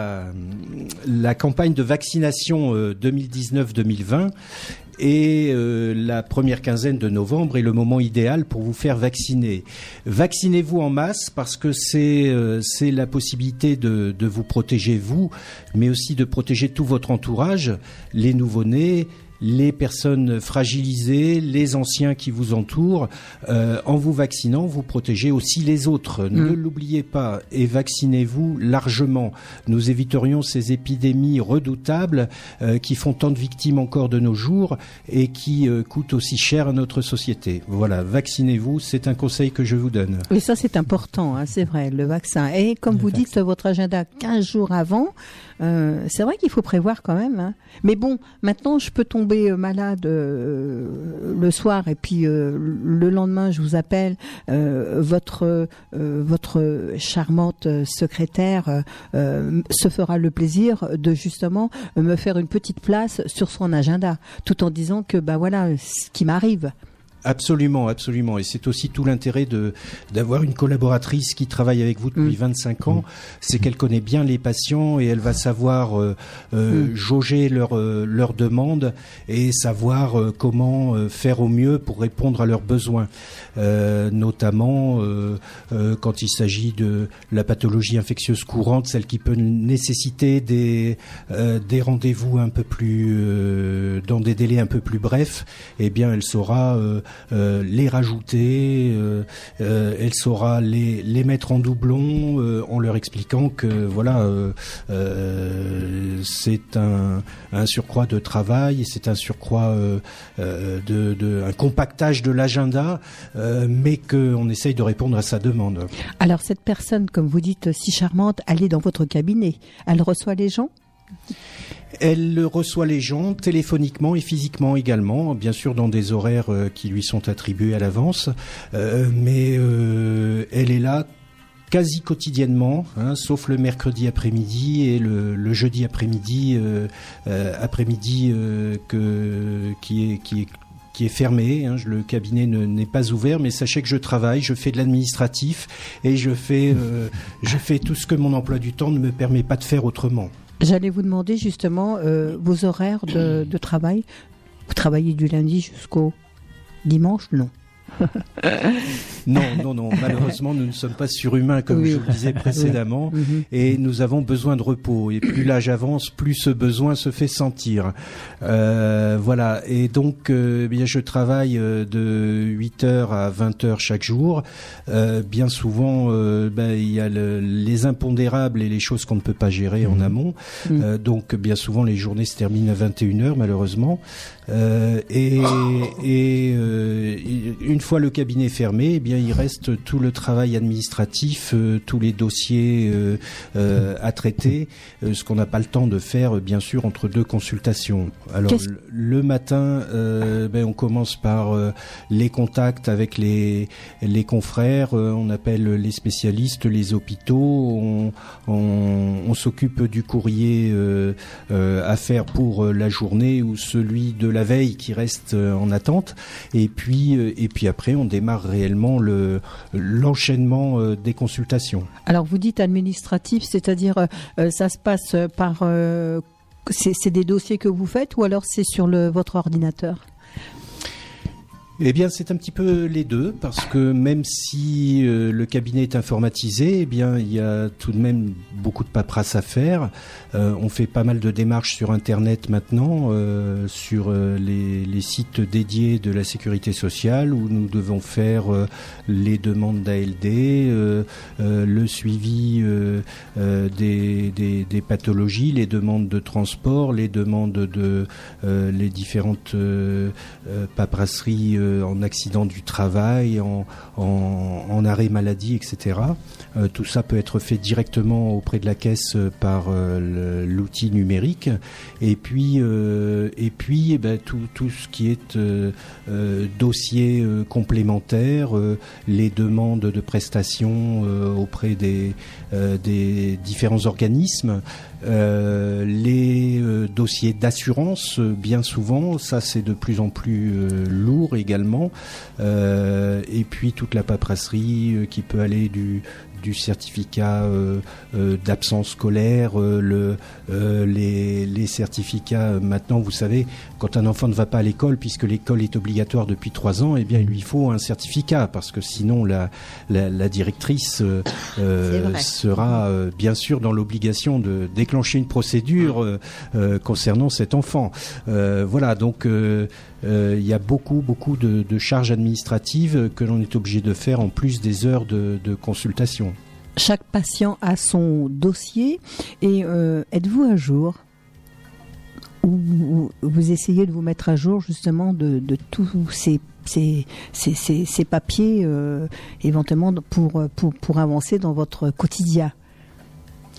Speaker 6: la campagne de vaccination 2019-2020. Et la première quinzaine de novembre est le moment idéal pour vous faire vacciner. Vaccinez-vous en masse parce que c'est la possibilité de vous protéger vous, mais aussi de protéger tout votre entourage, les nouveau-nés, les personnes fragilisées, les anciens qui vous entourent. En vous vaccinant, vous protégez aussi les autres. Ne l'oubliez pas et vaccinez-vous largement. Nous éviterions ces épidémies redoutables qui font tant de victimes encore de nos jours et qui coûtent aussi cher à notre société. Voilà, vaccinez-vous, c'est un conseil que je vous donne.
Speaker 4: Oui, ça c'est important, c'est vrai, le vaccin. Et comme vous dites, votre agenda 15 jours avant, c'est vrai qu'il faut prévoir quand même. Mais bon, maintenant je peux tomber tombez malade le soir et puis le lendemain je vous appelle, votre charmante secrétaire se fera le plaisir de justement me faire une petite place sur son agenda, tout en disant que voilà ce qui m'arrive.
Speaker 6: Absolument, absolument. Et c'est aussi tout l'intérêt d'avoir une collaboratrice qui travaille avec vous depuis 25 ans. C'est qu'elle connaît bien les patients et elle va savoir jauger leurs demandes et savoir comment faire au mieux pour répondre à leurs besoins. Notamment quand il s'agit de la pathologie infectieuse courante, celle qui peut nécessiter des rendez-vous un peu plus dans des délais un peu plus brefs. Eh bien, elle saura les rajouter, elle saura les mettre en doublon en leur expliquant que c'est un surcroît de travail, c'est un surcroît un compactage de l'agenda, mais qu'on essaye de répondre à sa demande.
Speaker 4: Alors cette personne, comme vous dites, si charmante, elle est dans votre cabinet, elle reçoit les gens ?
Speaker 6: Elle reçoit les gens téléphoniquement et physiquement également, bien sûr dans des horaires qui lui sont attribués à l'avance, mais elle est là quasi quotidiennement, sauf le mercredi après-midi et le jeudi après-midi, qui est fermé, le cabinet n'est pas ouvert, mais sachez que je travaille, je fais de l'administratif et je fais tout ce que mon emploi du temps ne me permet pas de faire autrement.
Speaker 4: J'allais vous demander justement vos horaires de travail. Vous travaillez du lundi jusqu'au dimanche ? Non.
Speaker 6: Non, malheureusement nous ne sommes pas surhumains comme je vous le disais précédemment, et nous avons besoin de repos, et plus l'âge avance, plus ce besoin se fait sentir. Voilà, et donc bien je travaille de 8h à 20h chaque jour. Bien souvent il y a les impondérables et les choses qu'on ne peut pas gérer en amont. Donc bien souvent les journées se terminent à 21h malheureusement. Une fois le cabinet fermé, eh bien il reste tout le travail administratif, tous les dossiers à traiter, ce qu'on n'a pas le temps de faire bien sûr entre deux consultations. Alors le matin, on commence par les contacts avec les confrères, on appelle les spécialistes, les hôpitaux, on s'occupe du courrier à faire pour la journée ou celui de la veille qui reste en attente, et puis après on démarre réellement l'enchaînement des consultations.
Speaker 4: Alors vous dites administratif, c'est-à-dire ça se passe par c'est des dossiers que vous faites ou alors c'est sur votre ordinateur ?
Speaker 6: Eh bien, c'est un petit peu les deux, parce que même si le cabinet est informatisé, eh bien, il y a tout de même beaucoup de paperasse à faire. On fait pas mal de démarches sur Internet maintenant, sur les sites dédiés de la Sécurité sociale, où nous devons faire les demandes d'ALD, le suivi des pathologies, les demandes de transport, les demandes de les différentes paperasseries en accident du travail, en arrêt maladie, etc. Tout ça peut être fait directement auprès de la caisse par l'outil numérique. Et puis tout ce qui est dossier complémentaire, les demandes de prestations auprès des différents organismes, les dossiers d'assurance, bien souvent, ça c'est de plus en plus lourd également, et puis toute la paperasserie qui peut aller du certificat d'absence scolaire, les certificats. Maintenant, vous savez, quand un enfant ne va pas à l'école, puisque l'école est obligatoire depuis 3 ans, eh bien, il lui faut un certificat, parce que sinon la directrice sera bien sûr dans l'obligation de déclencher une procédure concernant cet enfant. Voilà, donc il y a beaucoup de charges administratives que l'on est obligé de faire en plus des heures de consultation.
Speaker 4: Chaque patient a son dossier et êtes-vous à jour ? Ou vous essayez de vous mettre à jour justement de tous ces papiers éventuellement pour avancer dans votre quotidien ?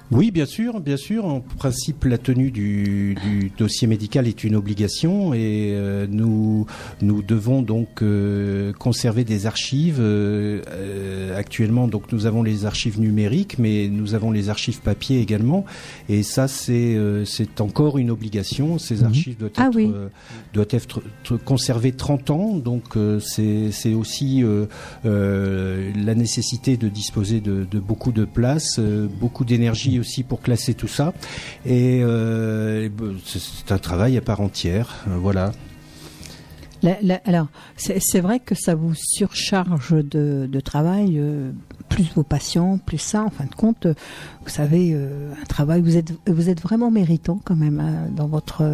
Speaker 6: Oui, bien sûr. En principe, la tenue du dossier médical est une obligation et nous devons donc conserver des archives. Actuellement, donc nous avons les archives numériques, mais nous avons les archives papier également. Et ça, c'est encore une obligation. Ces archives doivent être conservées 30 ans. Donc c'est aussi la nécessité de disposer de beaucoup de place, beaucoup d'énergie aussi pour classer tout ça, et c'est un travail à part entière, voilà.
Speaker 4: Alors, c'est vrai que ça vous surcharge de travail, plus vos patients, plus ça. En fin de compte, vous savez, un travail. Vous êtes vraiment méritant quand même dans votre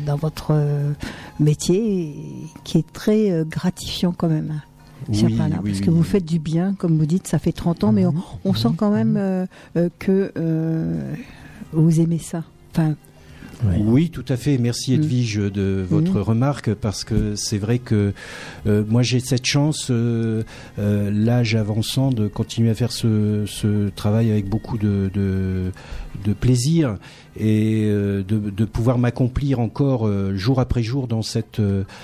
Speaker 4: métier, qui est très gratifiant quand même. Parce que vous faites du bien, comme vous dites, ça fait 30 ans, mais on sent quand même que vous aimez ça. Enfin,
Speaker 6: oui, tout à fait. Merci Edwige de votre remarque, parce que c'est vrai que moi j'ai cette chance, l'âge avançant, de continuer à faire ce travail avec beaucoup de plaisir et de pouvoir m'accomplir encore jour après jour dans cette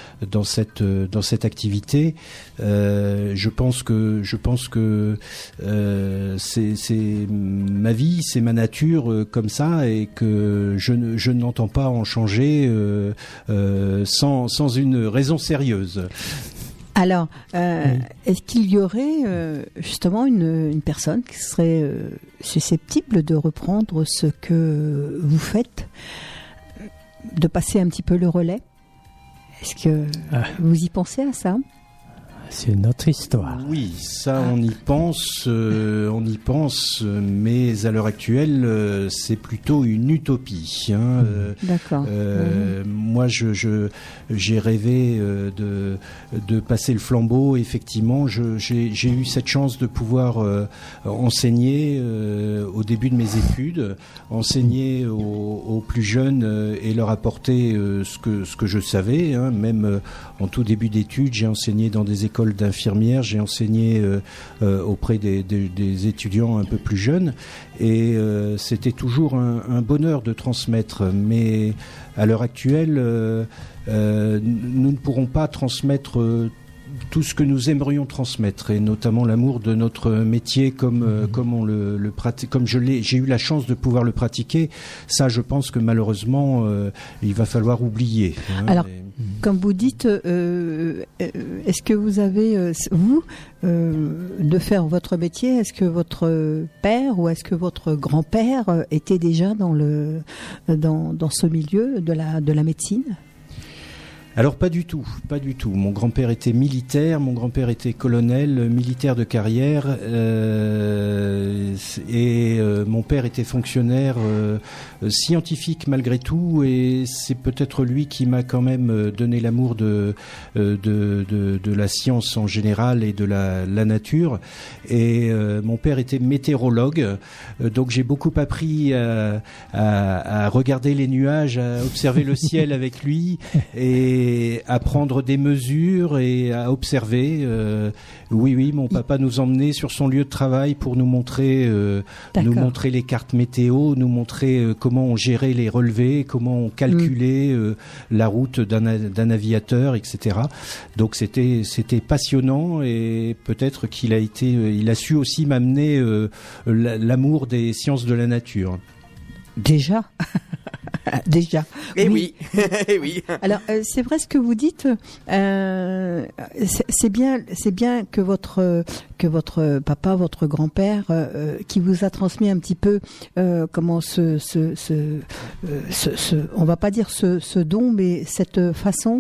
Speaker 6: activité. Je pense que c'est ma vie, c'est ma nature comme ça, et que je n'entends pas en changer sans une raison sérieuse.
Speaker 4: Alors, est-ce qu'il y aurait justement une personne qui serait susceptible de reprendre ce que vous faites, de passer un petit peu le relais? Est-ce que vous y pensez à ça?
Speaker 5: C'est notre histoire.
Speaker 6: Oui, ça on y pense, mais à l'heure actuelle, c'est plutôt une utopie.
Speaker 4: D'accord.
Speaker 6: Moi, j'ai rêvé de passer le flambeau. Effectivement, j'ai eu cette chance de pouvoir enseigner au début de mes études, enseigner aux plus jeunes et leur apporter ce que je savais. Même en tout début d'études, j'ai enseigné dans des écoles d'infirmières, j'ai enseigné auprès des étudiants un peu plus jeunes, et c'était toujours un bonheur de transmettre. Mais à l'heure actuelle, nous ne pourrons pas transmettre tout ce que nous aimerions transmettre, et notamment l'amour de notre métier comme on le pratique, comme j'ai eu la chance de pouvoir le pratiquer. Ça, je pense que malheureusement, il va falloir oublier.
Speaker 4: Alors, comme vous dites, est-ce que vous avez, de faire votre métier, est-ce que votre père ou est-ce que votre grand-père était déjà dans ce milieu de la médecine?
Speaker 6: Alors pas du tout. Mon grand-père était militaire, mon grand-père était colonel, militaire de carrière, et mon père était fonctionnaire scientifique malgré tout, et c'est peut-être lui qui m'a quand même donné l'amour de la science en général et de la nature. Et mon père était météorologue, donc j'ai beaucoup appris à regarder les nuages, à observer le ciel avec lui, et à prendre des mesures et à observer. Oui, mon papa nous emmenait sur son lieu de travail pour nous montrer les cartes météo, nous montrer comment on gérait les relevés, comment on calculait la route d'un aviateur, etc. Donc c'était passionnant, et peut-être qu'il a su aussi m'amener l'amour des sciences de la nature.
Speaker 4: Déjà.
Speaker 1: Et oui.
Speaker 4: Alors c'est vrai ce que vous dites. C'est bien que votre papa, votre grand-père, qui vous a transmis un petit peu comment on va pas dire ce don, mais cette façon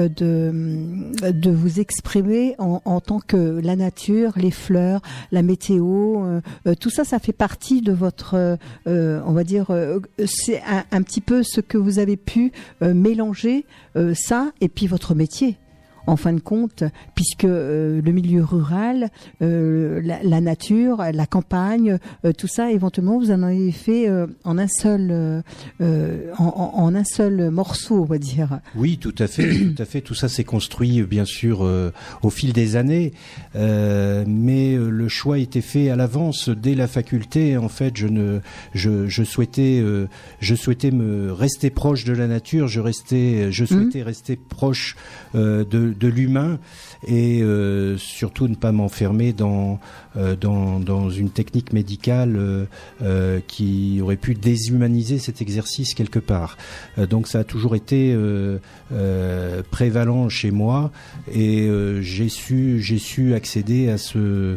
Speaker 4: de vous exprimer en tant que la nature, les fleurs, la météo, tout ça fait partie de votre, on va dire, c'est un petit peu ce que vous avez pu mélanger, ça et puis votre métier. en fin de compte, puisque le milieu rural, la nature, la campagne, tout ça, éventuellement, vous en avez fait en un seul morceau, on va dire.
Speaker 6: Oui, tout à fait, tout à fait. Tout ça s'est construit, bien sûr, au fil des années, mais le choix était fait à l'avance dès la faculté. En fait, je souhaitais me rester proche de la nature. Je souhaitais rester proche de l'humain et surtout ne pas m'enfermer dans une technique médicale qui aurait pu déshumaniser cet exercice quelque part. Donc ça a toujours été prévalent chez moi et j'ai su accéder à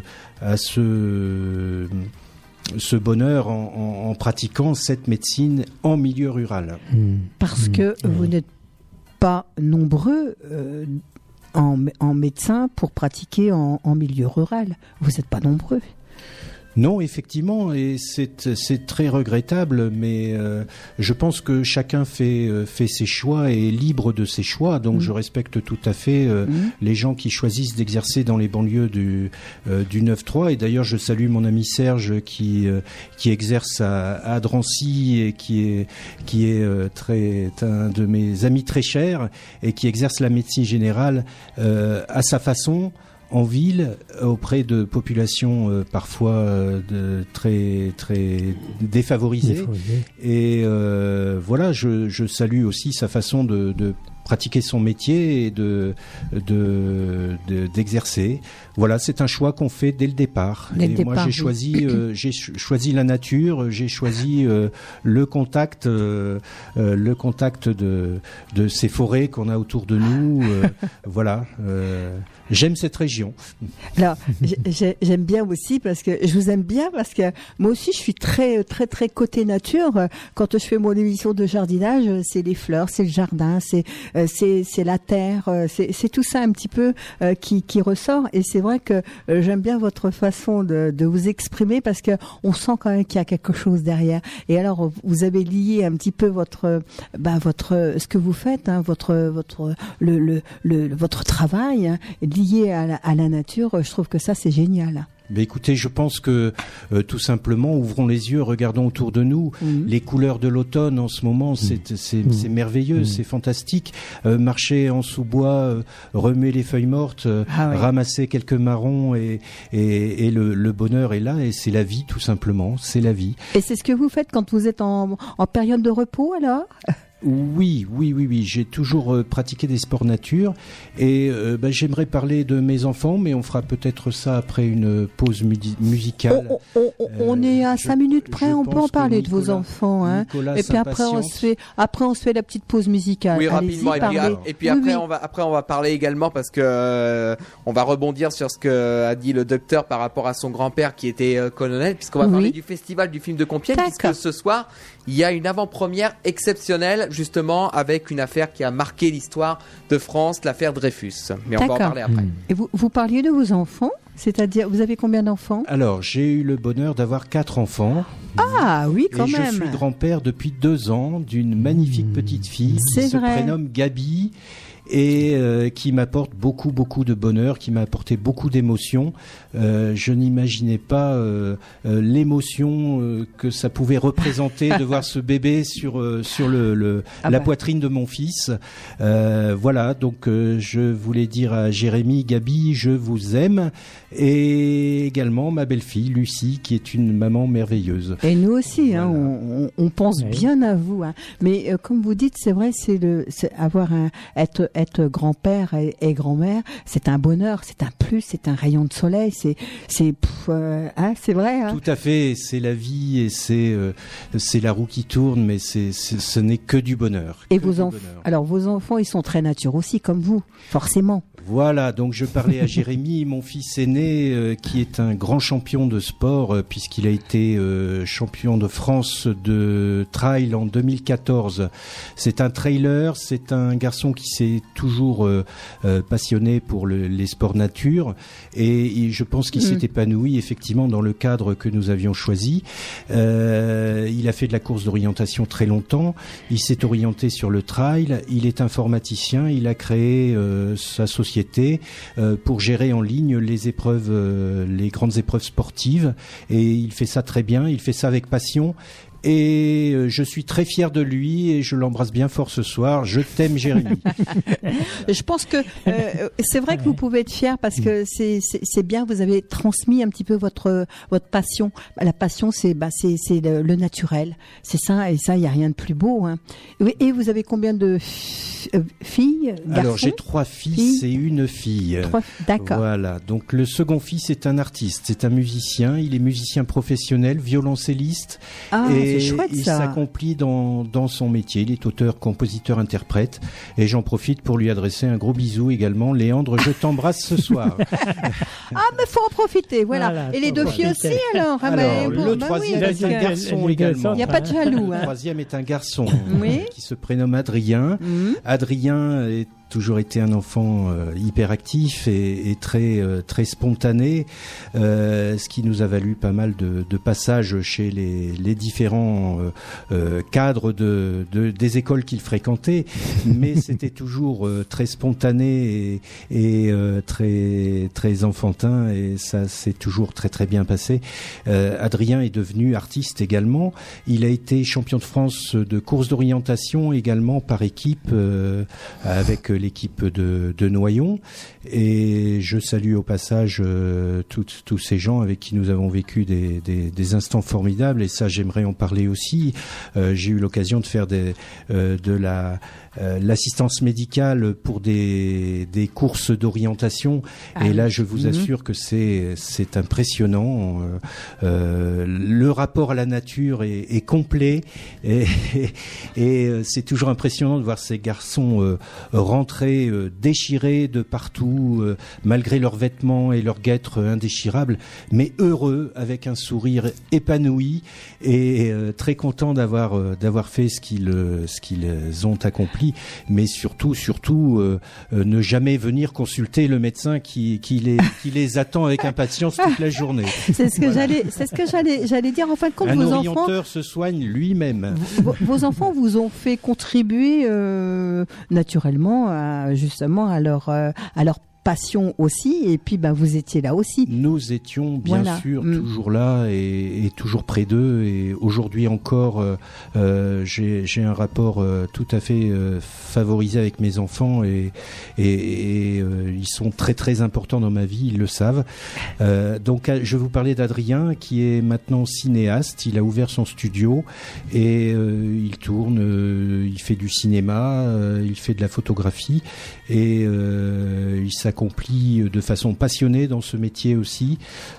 Speaker 6: ce bonheur en pratiquant cette médecine en milieu rural.
Speaker 4: Parce que vous n'êtes pas nombreux en médecin pour pratiquer en milieu rural. Vous n'êtes pas nombreux.
Speaker 6: Non, effectivement, et c'est très regrettable, mais je pense que chacun fait ses choix et est libre de ses choix. Donc je respecte tout à fait les gens qui choisissent d'exercer dans les banlieues du 9-3. Et d'ailleurs, je salue mon ami Serge qui exerce à Drancy et qui est un de mes amis très chers et qui exerce la médecine générale à sa façon. En ville, auprès de populations parfois très très défavorisées. Et voilà, je salue aussi sa façon de pratiquer son métier et d'exercer. Voilà, c'est un choix qu'on fait dès le départ. Moi, j'ai choisi la nature, j'ai choisi le contact de ces forêts qu'on a autour de nous. Voilà. J'aime cette région.
Speaker 4: Alors, j'aime bien aussi parce que je vous aime bien parce que moi aussi je suis très très très côté nature. Quand je fais mon émission de jardinage, c'est les fleurs, c'est le jardin, c'est la terre, c'est tout ça un petit peu qui ressort. Et c'est vrai que j'aime bien votre façon de vous exprimer parce que on sent quand même qu'il y a quelque chose derrière. Et alors vous avez lié un petit peu votre ce que vous faites, hein, votre travail, hein, lié à la nature. Je trouve que ça c'est génial.
Speaker 6: Mais écoutez, je pense que tout simplement, ouvrons les yeux, regardons autour de nous. Les couleurs de l'automne en ce moment, c'est merveilleux, c'est fantastique. Marcher en sous-bois, remuer les feuilles mortes, ramasser quelques marrons et le bonheur est là et c'est la vie tout simplement, c'est la vie.
Speaker 4: Et c'est ce que vous faites quand vous êtes en période de repos alors ?
Speaker 6: Oui. J'ai toujours pratiqué des sports nature et j'aimerais parler de mes enfants, mais on fera peut-être ça après une pause musicale.
Speaker 4: On est à 5 minutes près, on peut en parler de vos enfants, hein. Et puis après on se fait la petite pause musicale.
Speaker 1: Oui, rapidement. Et puis après on va parler également parce que on va rebondir sur ce que a dit le docteur par rapport à son grand-père qui était colonel, puisqu'on va parler du festival du film de Compiègne, puisque ce soir il y a une avant-première exceptionnelle, justement, avec une affaire qui a marqué l'histoire de France, l'affaire Dreyfus. Mais on va en parler après.
Speaker 4: Et vous parliez de vos enfants ? C'est-à-dire, vous avez combien d'enfants ?
Speaker 6: Alors, j'ai eu le bonheur d'avoir 4 enfants.
Speaker 4: Ah oui, quand même.
Speaker 6: Je suis grand-père depuis 2 ans d'une magnifique petite fille qui se prénomme Gabi et qui m'apporte beaucoup de bonheur, qui m'a apporté beaucoup d'émotions. Je n'imaginais pas l'émotion que ça pouvait représenter de voir ce bébé sur la poitrine de mon fils. Voilà, donc je voulais dire à Jérémy, Gabi, je vous aime, et également ma belle-fille Lucie, qui est une maman merveilleuse.
Speaker 4: Et nous aussi, voilà. On pense bien à vous, hein. Mais comme vous dites, c'est vrai, c'est être grand-père et grand-mère, c'est un bonheur, c'est un plus, c'est un rayon de soleil, c'est vrai. Hein.
Speaker 6: Tout à fait, c'est la vie et c'est la roue qui tourne, mais ce n'est que du bonheur.
Speaker 4: Et vos enfants, ils sont très nature aussi, comme vous, forcément.
Speaker 6: Voilà, donc je parlais à Jérémy, mon fils aîné, qui est un grand champion de sport, puisqu'il a été champion de France de trail en 2014. C'est un trailer, c'est un garçon qui s'est toujours passionné pour les sports nature, et je pense qu'il s'est épanoui effectivement dans le cadre que nous avions choisi. Il a fait de la course d'orientation très longtemps, il s'est orienté sur le trail, il est informaticien, il a créé sa société société pour gérer en ligne les épreuves, les grandes épreuves sportives. Et il fait ça très bien, il fait ça avec passion. Et je suis très fier de lui et je l'embrasse bien fort ce soir. Je t'aime, Jérémy.
Speaker 4: Je pense que c'est vrai que vous pouvez être fier parce que c'est bien. Vous avez transmis un petit peu votre passion. La passion, c'est le naturel. C'est ça, et ça, il y a rien de plus beau. Hein. Et vous avez combien de filles, garçons?
Speaker 6: Alors j'ai 3 fils et une fille.
Speaker 4: D'accord.
Speaker 6: Voilà. Donc le second fils est un artiste, c'est un musicien. Il est musicien professionnel, violoncelliste. Et
Speaker 4: chouette,
Speaker 6: il
Speaker 4: ça.
Speaker 6: s'accomplit dans son métier. Il est auteur, compositeur, interprète. Et j'en profite pour lui adresser un gros bisou également. Léandre, je t'embrasse ce soir.
Speaker 4: Mais faut en profiter, voilà. Et les 2 filles aussi, alors.
Speaker 6: Le troisième est un garçon également.
Speaker 4: Il n'y a pas de jaloux.
Speaker 6: Le troisième est un garçon
Speaker 4: Oui.
Speaker 6: qui se prénomme Adrien. Adrien est toujours été un enfant hyperactif et très spontané, ce qui nous a valu pas mal de passages chez les différents cadres des écoles qu'il fréquentait, mais c'était toujours très spontané et très enfantin, et ça s'est toujours très bien passé. Adrien est devenu artiste également. Il a été champion de France de course d'orientation également par équipe avec l'équipe de Noyon, et je salue au passage tous ces gens avec qui nous avons vécu des instants formidables, et ça j'aimerais en parler aussi. J'ai eu l'occasion de faire de l'assistance médicale pour des courses d'orientation, et là je vous assure que c'est impressionnant. Le rapport à la nature est complet, et c'est toujours impressionnant de voir ces garçons rentrer déchirés de partout, malgré leurs vêtements et leurs guêtres indéchirables, mais heureux, avec un sourire épanoui, et très contents d'avoir fait ce qu'ils ont accompli, mais surtout ne jamais venir consulter le médecin qui les attend avec impatience toute la journée.
Speaker 4: C'est ce que j'allais dire. En fin de compte, vos enfants,
Speaker 6: un orienteur se soigne lui-même.
Speaker 4: Vos enfants vous ont fait contribuer naturellement justement à leur passion aussi, et puis vous étiez là aussi.
Speaker 6: Nous étions bien sûr toujours là et toujours près d'eux, et aujourd'hui encore j'ai un rapport tout à fait favorisé avec mes enfants, et ils sont très importants dans ma vie, ils le savent. Donc je vais vous parler d'Adrien, qui est maintenant cinéaste. Il a ouvert son studio et il tourne, il fait du cinéma, il fait de la photographie, et il s'accomplit de façon passionnée dans ce métier aussi.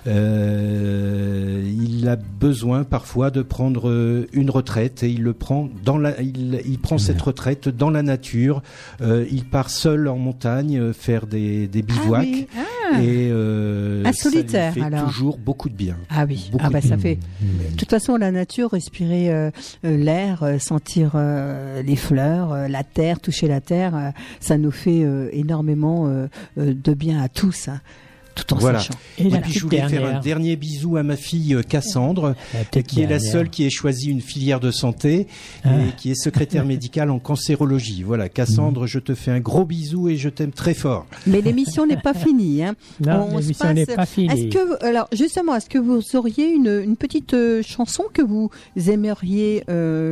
Speaker 6: Il a besoin parfois de prendre une retraite, et il le prend il prend cette retraite dans la nature. Il part seul en montagne faire des bivouacs, et
Speaker 4: un solitaire,
Speaker 6: ça lui fait
Speaker 4: alors
Speaker 6: toujours beaucoup de bien.
Speaker 4: Ah oui, ça fait. De toute façon, la nature, respirer l'air, sentir les fleurs, la terre, toucher la terre, ça nous fait énormément de bien à tous, hein, tout en sachant.
Speaker 6: Et puis je voulais faire un dernier bisou à ma fille Cassandre, qui est la seule qui ait choisi une filière de santé et qui est secrétaire médicale en cancérologie. Voilà, Cassandre, je te fais un gros bisou et je t'aime très fort.
Speaker 4: Mais l'émission n'est pas finie, hein.
Speaker 5: Non, l'émission n'est pas finie.
Speaker 4: Alors justement, est-ce que vous auriez une petite chanson que vous aimeriez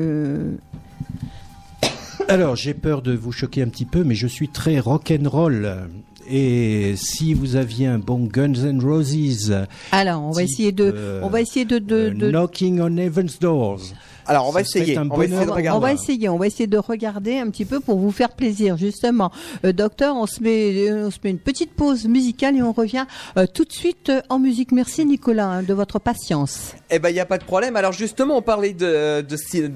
Speaker 6: Alors, j'ai peur de vous choquer un petit peu, mais je suis très rock'n'roll. Et si vous aviez un bon Guns N' Roses,
Speaker 4: alors on va essayer de
Speaker 6: Knocking on Heaven's Doors.
Speaker 1: Alors on va essayer de regarder.
Speaker 4: On va essayer de regarder un petit peu pour vous faire plaisir, justement. Docteur, on se met une petite pause musicale et on revient tout de suite en musique. Merci Nicolas de votre patience.
Speaker 1: Eh ben il y a pas de problème. Alors justement, on parlait d'être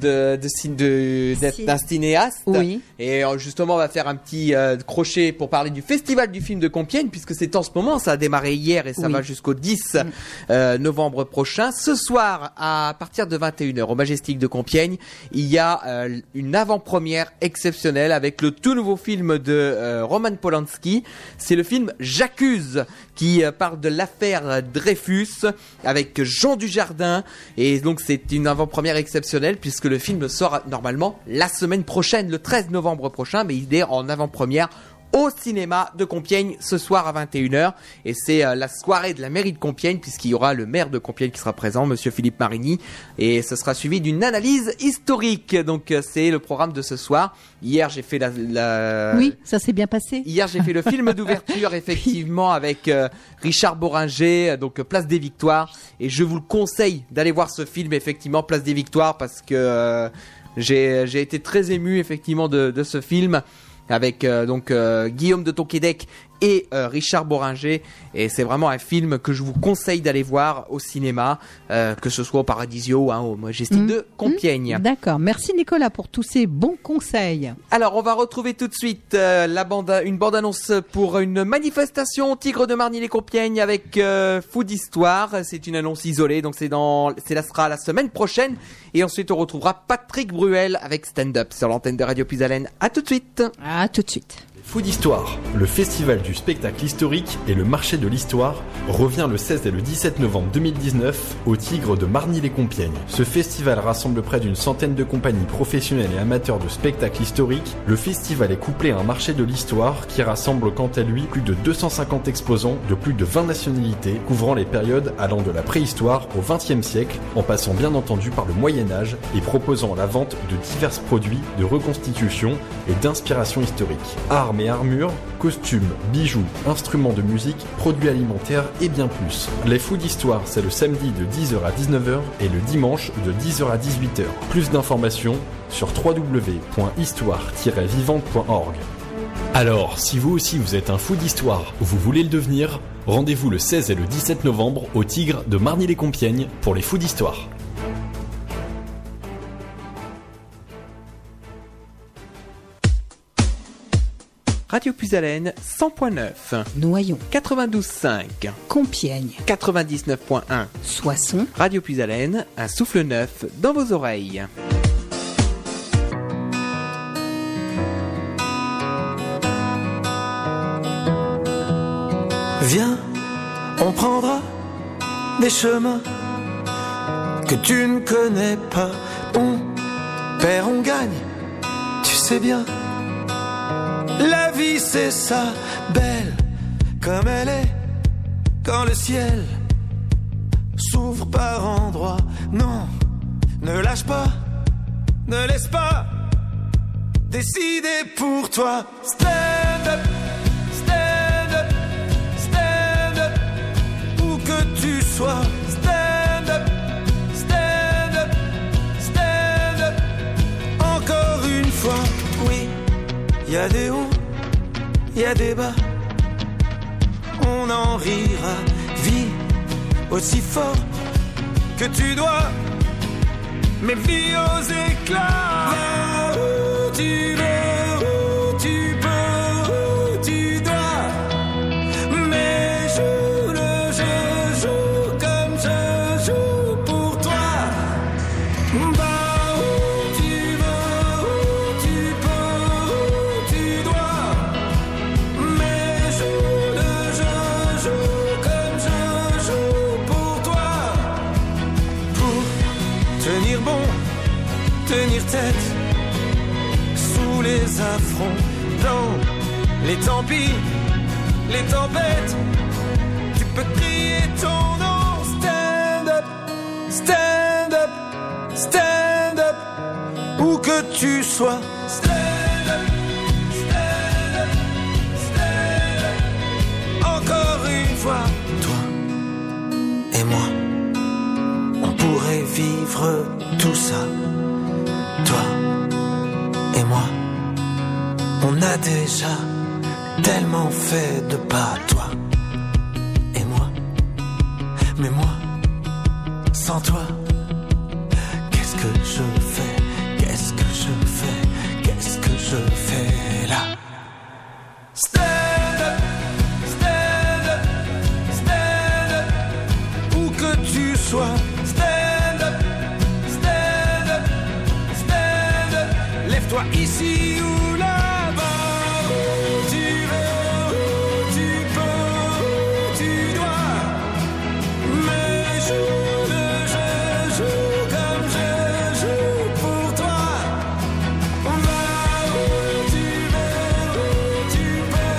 Speaker 1: un cinéaste.
Speaker 4: Oui.
Speaker 1: Et justement, on va faire un petit crochet pour parler du Festival du film de Compiègne, puisque c'est en ce moment, ça a démarré hier et ça va jusqu'au 10 novembre prochain. Ce soir, à partir de 21h au Majestic de Compiègne, il y a une avant-première exceptionnelle avec le tout nouveau film de Roman Polanski. C'est le film J'accuse, qui parle de l'affaire Dreyfus avec Jean Dujardin, et donc c'est une avant-première exceptionnelle puisque le film sort normalement la semaine prochaine, le 13 novembre prochain, mais il est en avant-première au cinéma de Compiègne ce soir à 21h. Et c'est la soirée de la mairie de Compiègne, puisqu'il y aura le maire de Compiègne qui sera présent, monsieur Philippe Marigny. Et ce sera suivi d'une analyse historique. Donc c'est le programme de ce soir. Hier j'ai fait
Speaker 4: Oui, ça s'est bien passé.
Speaker 1: Hier j'ai fait le film d'ouverture effectivement avec Richard Boringer, donc Place des Victoires. Et je vous le conseille d'aller voir ce film effectivement, Place des Victoires, parce que j'ai été très ému effectivement de ce film avec Guillaume de Tonquédec et Richard Boringer, et c'est vraiment un film que je vous conseille d'aller voir au cinéma, que ce soit au Paradisio ou au Majestic de Compiègne.
Speaker 4: D'accord, merci Nicolas pour tous ces bons conseils.
Speaker 1: Alors on va retrouver tout de suite une bande-annonce pour une manifestation au Tigre de Marny-les-Compiègnes avec Food Histoire. C'est une annonce isolée, donc ça sera la semaine prochaine, et ensuite on retrouvera Patrick Bruel avec Stand Up sur l'antenne de Radio Puisalène. À tout de suite.
Speaker 4: À tout de suite.
Speaker 11: Food Histoire, le festival du spectacle historique et le marché de l'histoire, revient le 16 et le 17 novembre 2019 au Tigre de Marny-les-Compiègnes. Ce festival rassemble près d'une centaine de compagnies professionnelles et amateurs de spectacles historiques. Le festival est couplé à un marché de l'histoire qui rassemble quant à lui plus de 250 exposants de plus de 20 nationalités, couvrant les périodes allant de la préhistoire au XXe siècle, en passant bien entendu par le Moyen-Âge et proposant la vente de divers produits de reconstitution et d'inspiration historique. Armes et armures, costumes, bijoux, instruments de musique, produits alimentaires et bien plus. Les Food Histoire, c'est le samedi de 10h à 19h et le dimanche de 10h à 18h. Plus d'informations sur www.histoire-vivante.org. Alors, si vous aussi vous êtes un fou d'histoire ou vous voulez le devenir, rendez-vous le 16 et le 17 novembre au Tigre de Marny-les-Compiègnes pour les Fous d'Histoire.
Speaker 1: Radio Puisalène 100.9,
Speaker 4: Noyon
Speaker 1: 92.5,
Speaker 4: Compiègne
Speaker 1: 99.1,
Speaker 4: Soissons.
Speaker 1: Radio Puisalène, un souffle neuf dans vos oreilles.
Speaker 12: Viens, on prendra des chemins que tu ne connais pas. On perd, on gagne, tu sais bien. La vie c'est ça, belle comme elle est, quand le ciel s'ouvre par endroits. Non, ne lâche pas, ne laisse pas décider pour toi. Stand up, stand up, stand up, où que tu sois. Stand up, stand up, stand up, encore une fois. Oui, il y a des hauts, il y a des bas, on en rira. Vis aussi fort que tu dois, mais vis aux éclats. Va où tu veux, où tu peux, où tu dois, mais joue le jeu, joue comme je joue pour toi. Va où tu veux, où tu peux, où tu dois, mais joue le jeu, joue comme je joue pour toi. Pour tenir bon, tenir tête sous les affronts, dans les tant pis, les tempêtes, tu peux crier ton nom. Stand up, stand up, stand up, où que tu sois. Stand up, stand up, stand up, encore une fois. Toi et moi, on pourrait vivre tout ça. Toi et moi, on a déjà tellement fait de pas. Toi et moi, mais moi, sans toi, qu'est-ce que je fais? Qu'est-ce que je fais? Qu'est-ce que je fais là? Stand up, stand up, stand up, où que tu sois. Stand up, stand up, stand up, lève-toi ici ou là-bas. Où tu veux, où tu peux, où tu dois, mais joue le jeu, joue comme je joue pour toi. Va où tu veux, où tu peux,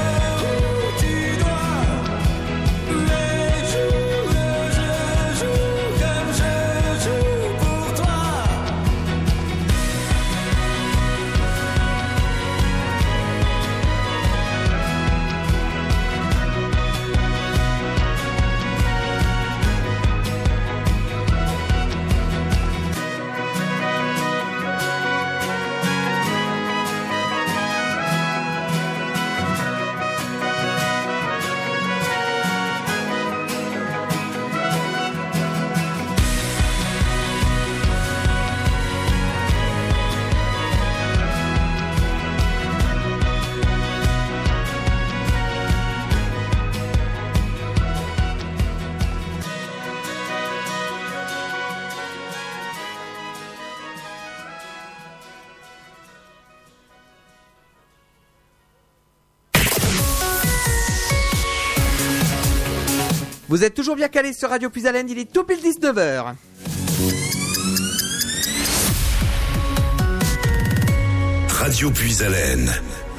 Speaker 1: Vous êtes toujours bien calés sur Radio Puisalène, il est tout pile 19h.
Speaker 2: Radio Puisalène.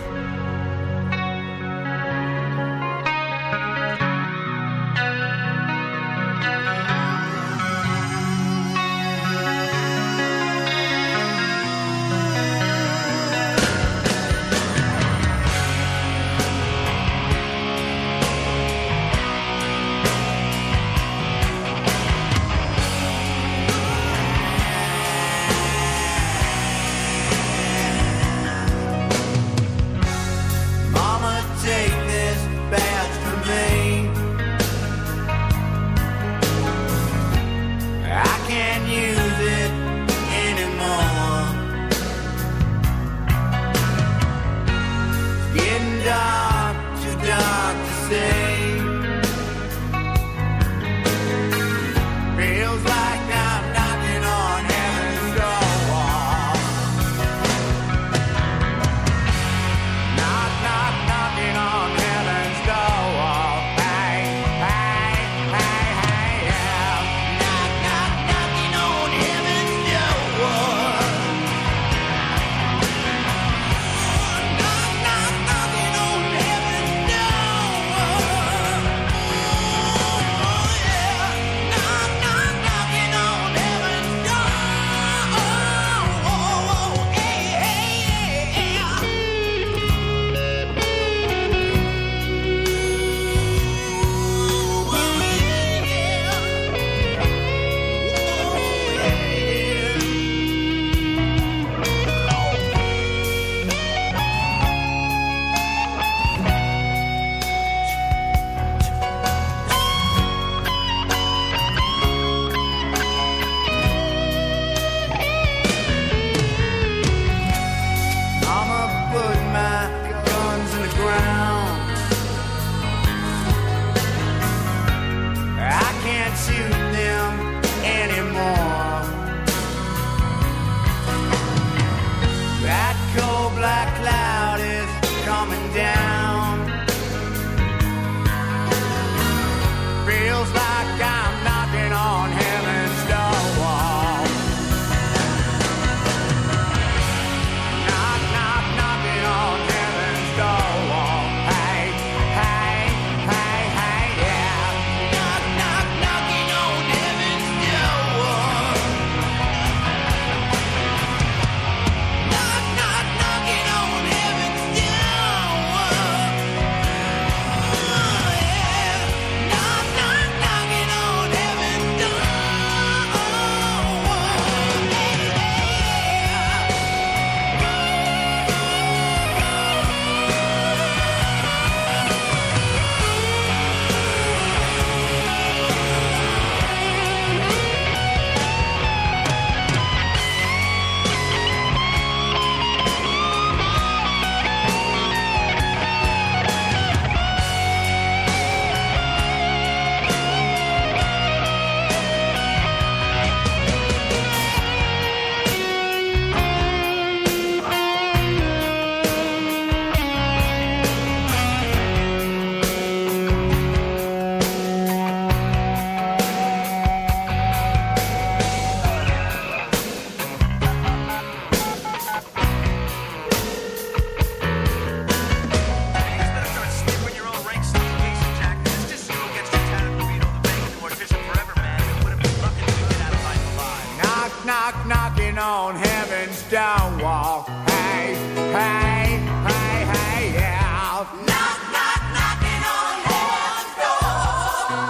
Speaker 13: knocking on heaven's down wall. Hey, hey, hey, hey, yeah. Knock, knock, knocking on heaven's door.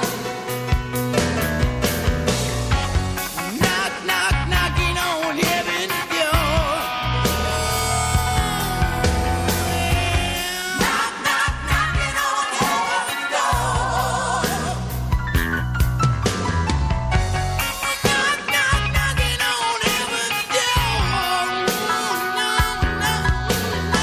Speaker 13: Knock, knock, knocking on heaven's door. Knock, knock, knocking on heaven's door. Knock, knock, knocking on heaven's door.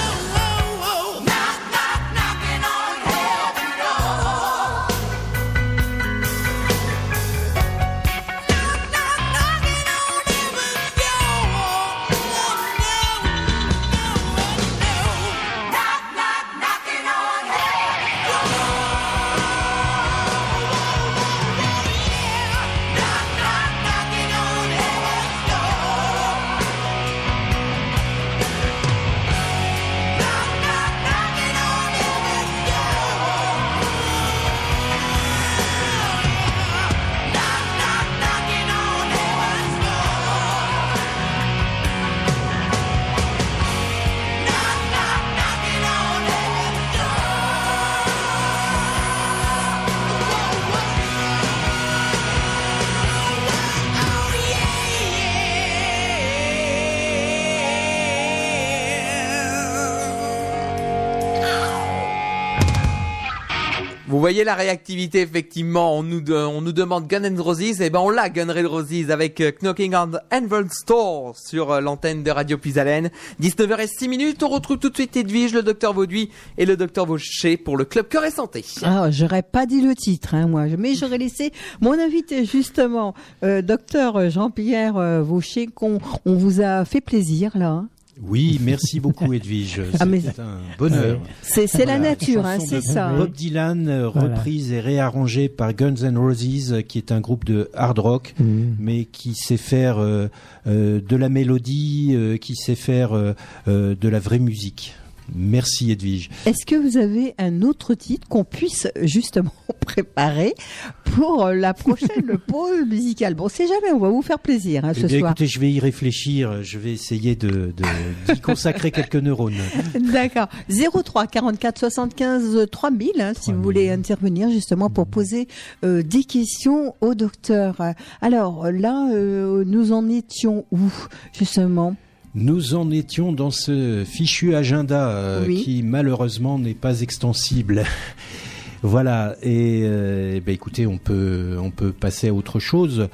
Speaker 1: voyez la réactivité, effectivement. On nous demande Guns N' Roses. Eh ben, on l'a, Guns N' Roses, avec Knocking on the Anvil Store sur l'antenne de Radio Puisalène. 19h06. On retrouve tout de suite Edwige, le docteur Vauduit et le docteur Vaucher pour le club Cœur et Santé.
Speaker 4: Ah, j'aurais pas dit le titre, moi. Mais j'aurais laissé mon invité, justement, docteur Jean-Pierre Vaucher, on vous a fait plaisir, là.
Speaker 6: Oui, merci beaucoup Edwige. C'est un bonheur.
Speaker 4: C'est la nature, c'est ça.
Speaker 6: Bob Dylan, reprise et réarrangée par Guns N' Roses, qui est un groupe de hard rock, mais qui sait faire de la mélodie, qui sait faire de la vraie musique. Merci Edwige.
Speaker 4: Est-ce que vous avez un autre titre qu'on puisse justement préparer pour la prochaine pause musicale? Bon, c'est jamais, on va vous faire plaisir ce soir.
Speaker 6: Écoutez, je vais y réfléchir, je vais essayer d'y consacrer quelques neurones.
Speaker 4: D'accord. 03 44 75 3000 si vous voulez intervenir justement pour poser des questions au docteur. Alors là, nous en étions où justement?
Speaker 6: Nous en étions dans ce fichu agenda qui malheureusement n'est pas extensible. Voilà, et écoutez, on peut passer à autre chose.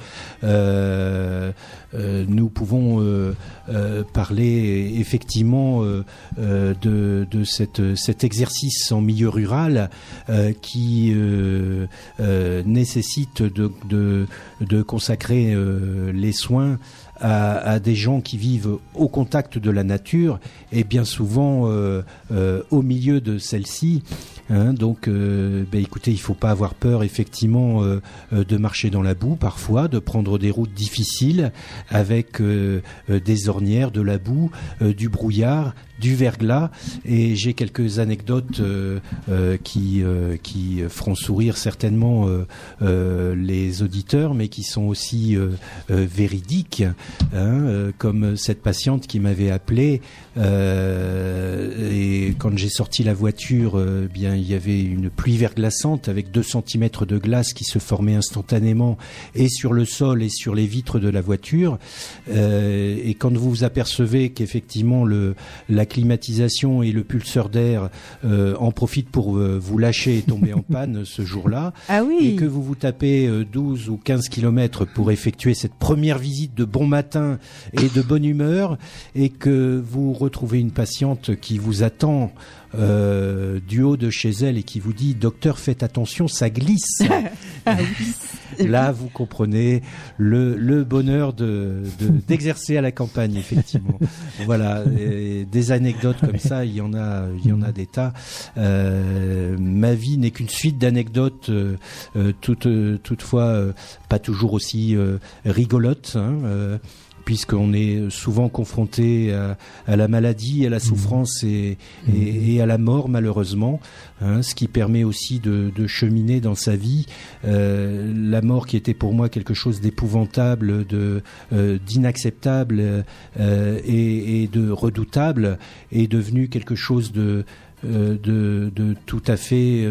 Speaker 6: Nous pouvons parler effectivement de cet exercice en milieu rural qui nécessite de consacrer les soins à des gens qui vivent au contact de la nature et bien souvent au milieu de celle-ci. Donc, écoutez, il faut pas avoir peur effectivement de marcher dans la boue parfois, de prendre des routes difficiles avec des ornières, de la boue, du brouillard, du verglas, et j'ai quelques anecdotes qui feront sourire certainement les auditeurs, mais qui sont aussi véridiques, comme cette patiente qui m'avait appelé et quand j'ai sorti la voiture, il y avait une pluie verglaçante avec 2 cm de glace qui se formait instantanément et sur le sol et sur les vitres de la voiture, et quand vous vous apercevez qu'effectivement la climatisation et le pulseur d'air en profitent pour vous lâcher et tomber en panne ce jour-là, et que vous vous tapez 12 ou 15 kilomètres pour effectuer cette première visite de bon matin et de bonne humeur, et que vous retrouvez une patiente qui vous attend du haut de chez elle et qui vous dit: docteur, faites attention, ça glisse. Là, vous comprenez le bonheur d'exercer à la campagne, effectivement. Voilà, et des anecdotes comme ça, il y en a des tas. Ma vie n'est qu'une suite d'anecdotes, toutefois pas toujours aussi rigolotes, puisqu'on est souvent confronté à la maladie, à la souffrance et à la mort, malheureusement, ce qui permet aussi de cheminer dans sa vie. La mort, qui était pour moi quelque chose d'épouvantable, d'inacceptable et de redoutable, est devenu quelque chose de tout à fait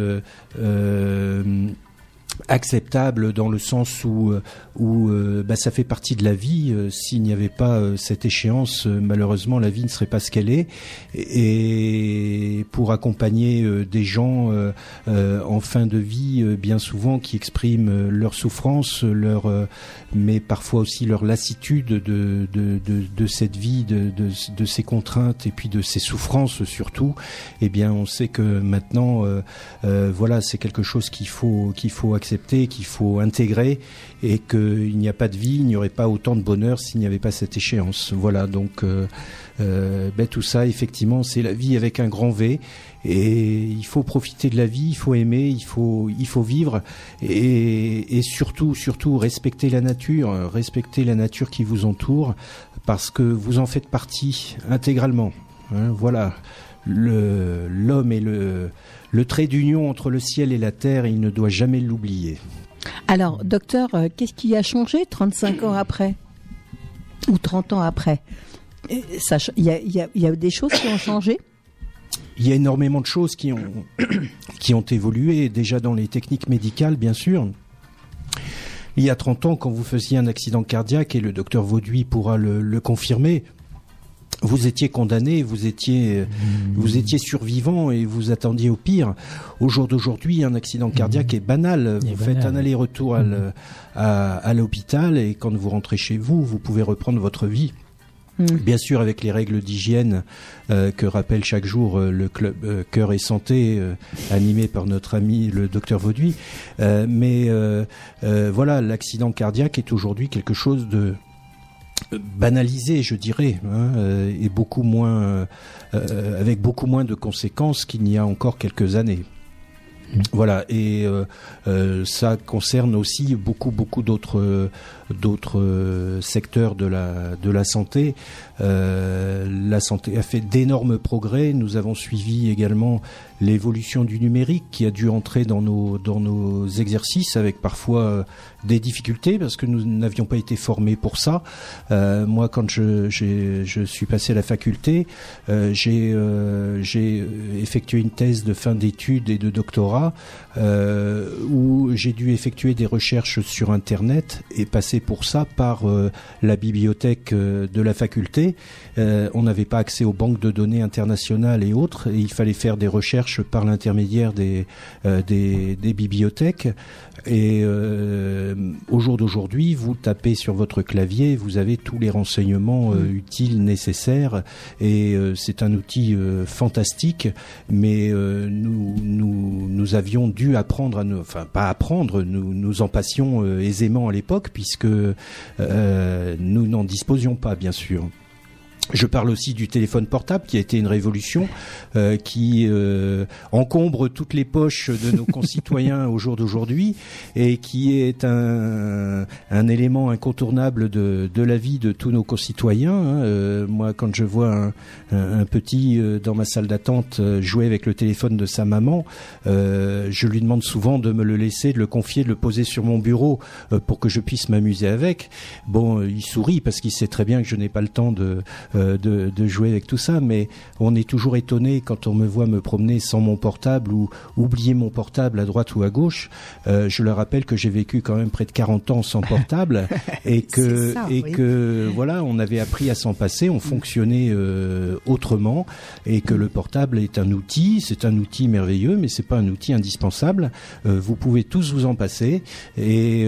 Speaker 6: acceptable, dans le sens où ça fait partie de la vie. S'il n'y avait pas cette échéance, malheureusement la vie ne serait pas ce qu'elle est, et pour accompagner des gens en fin de vie, bien souvent, qui expriment leur souffrance, mais parfois aussi leur lassitude de cette vie, de ces contraintes et puis de ces souffrances surtout, eh bien on sait que maintenant voilà, c'est quelque chose qu'il faut accepter, qu'il faut intégrer, et qu'il n'y a pas de vie, il n'y aurait pas autant de bonheur s'il n'y avait pas cette échéance. Voilà, donc tout ça, effectivement, c'est la vie avec un grand V, et il faut profiter de la vie, il faut aimer, il faut vivre, et surtout respecter la nature qui vous entoure, parce que vous en faites partie intégralement. Voilà, l'homme est le trait d'union entre le ciel et la terre, et il ne doit jamais l'oublier.
Speaker 4: Alors, docteur, qu'est-ce qui a changé 35 ans après, ou 30 ans après? Il y a des choses qui ont changé?
Speaker 6: Il y a énormément de choses qui ont évolué, déjà dans les techniques médicales, bien sûr. Il y a 30 ans, quand vous faisiez un accident cardiaque, et le docteur Vauduit pourra le confirmer, vous étiez condamné, vous étiez survivant et vous attendiez au pire. Au jour d'aujourd'hui, un accident cardiaque est banal. Vous faites un aller-retour à l'hôpital et quand vous rentrez chez vous, vous pouvez reprendre votre vie. Bien sûr, avec les règles d'hygiène que rappelle chaque jour le club Cœur et Santé, animé par notre ami le docteur Vauduit. Mais voilà, l'accident cardiaque est aujourd'hui quelque chose de banalisé, je dirais, et beaucoup moins, avec beaucoup moins de conséquences qu'il n'y a encore quelques années. Voilà, et ça concerne aussi beaucoup d'autres secteurs de la santé. La santé a fait d'énormes progrès. Nous avons suivi également l'évolution du numérique qui a dû entrer dans nos exercices avec parfois des difficultés parce que nous n'avions pas été formés pour ça. Moi, quand je suis passé à la faculté, j'ai effectué une thèse de fin d'études et de doctorat où j'ai dû effectuer des recherches sur Internet et passer pour ça par la bibliothèque de la faculté. On n'avait pas accès aux banques de données internationales et autres, et il fallait faire des recherches par l'intermédiaire des bibliothèques. Et au jour d'aujourd'hui, vous tapez sur votre clavier, vous avez tous les renseignements utiles, nécessaires, et c'est un outil fantastique. Mais nous avions dû apprendre nous en passions aisément à l'époque, puisque nous n'en disposions pas, bien sûr. Je parle aussi du téléphone portable qui a été une révolution qui encombre toutes les poches de nos concitoyens au jour d'aujourd'hui et qui est un élément incontournable de la vie de tous nos concitoyens. Moi, quand je vois un petit dans ma salle d'attente jouer avec le téléphone de sa maman, je lui demande souvent de me le laisser, de le confier, de le poser sur mon bureau pour que je puisse m'amuser avec. Bon, il sourit parce qu'il sait très bien que je n'ai pas le temps de jouer avec tout ça, mais on est toujours étonné quand on me voit me promener sans mon portable ou oublier mon portable à droite ou à gauche. Je leur rappelle que j'ai vécu quand même près de 40 ans sans portable et que voilà, on avait appris à s'en passer, on fonctionnait autrement, et que le portable est un outil, c'est un outil merveilleux, mais c'est pas un outil indispensable. Vous pouvez tous vous en passer et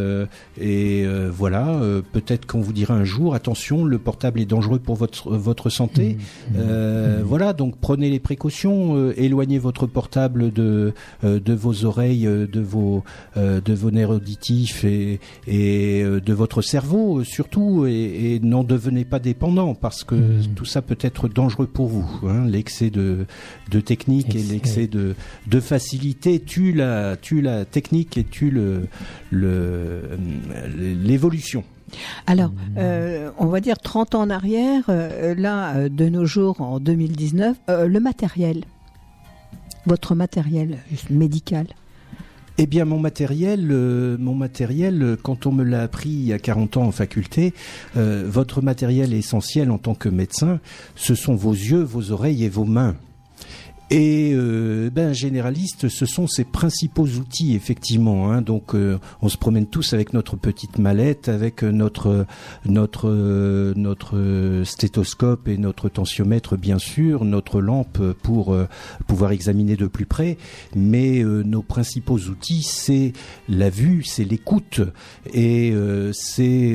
Speaker 6: voilà, peut-être qu'on vous dira un jour, attention, le portable est dangereux pour votre santé. Voilà, donc prenez les précautions, éloignez votre portable de vos oreilles, de vos nerfs auditifs et de votre cerveau surtout, et n'en devenez pas dépendant, parce que tout ça peut être dangereux pour vous. L'excès de technique et l'excès de facilité tue la technique et tue l'évolution.
Speaker 4: Alors, on va dire 30 ans en arrière, là, de nos jours, en 2019, le matériel, votre matériel médical.
Speaker 6: Eh bien, mon matériel, quand on me l'a appris il y a 40 ans en faculté, votre matériel essentiel en tant que médecin, ce sont vos yeux, vos oreilles et vos mains. Et généraliste, ce sont ses principaux outils, effectivement. Donc, on se promène tous avec notre petite mallette, avec notre stéthoscope et notre tensiomètre, bien sûr, notre lampe pour pouvoir examiner de plus près. Mais nos principaux outils, c'est la vue, c'est l'écoute, et c'est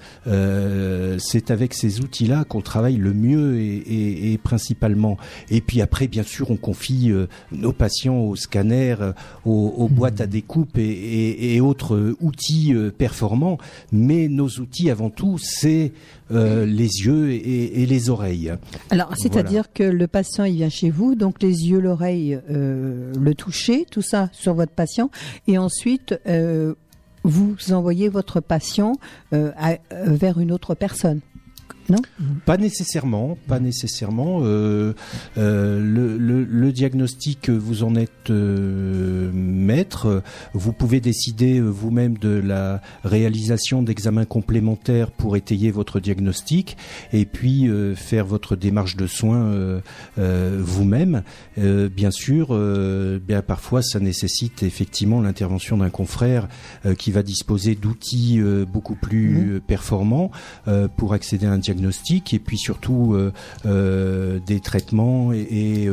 Speaker 6: avec ces outils-là qu'on travaille le mieux et principalement. Et puis après, bien sûr, on confie nos patients aux scanners, aux boîtes à découpe et autres outils performants. Mais nos outils, avant tout, c'est les yeux et les oreilles.
Speaker 4: Alors, c'est-à-dire que le patient, il vient chez vous, donc les yeux, l'oreille, le toucher, tout ça sur votre patient, et ensuite vous envoyez votre patient vers une autre personne. Non ?
Speaker 6: Pas nécessairement. Le diagnostic, vous en êtes maître. Vous pouvez décider vous-même de la réalisation d'examens complémentaires pour étayer votre diagnostic, et puis faire votre démarche de soins vous-même. Bien sûr, parfois ça nécessite effectivement l'intervention d'un confrère qui va disposer d'outils beaucoup plus performants pour accéder à un diagnostic diagnostic et puis surtout des traitements et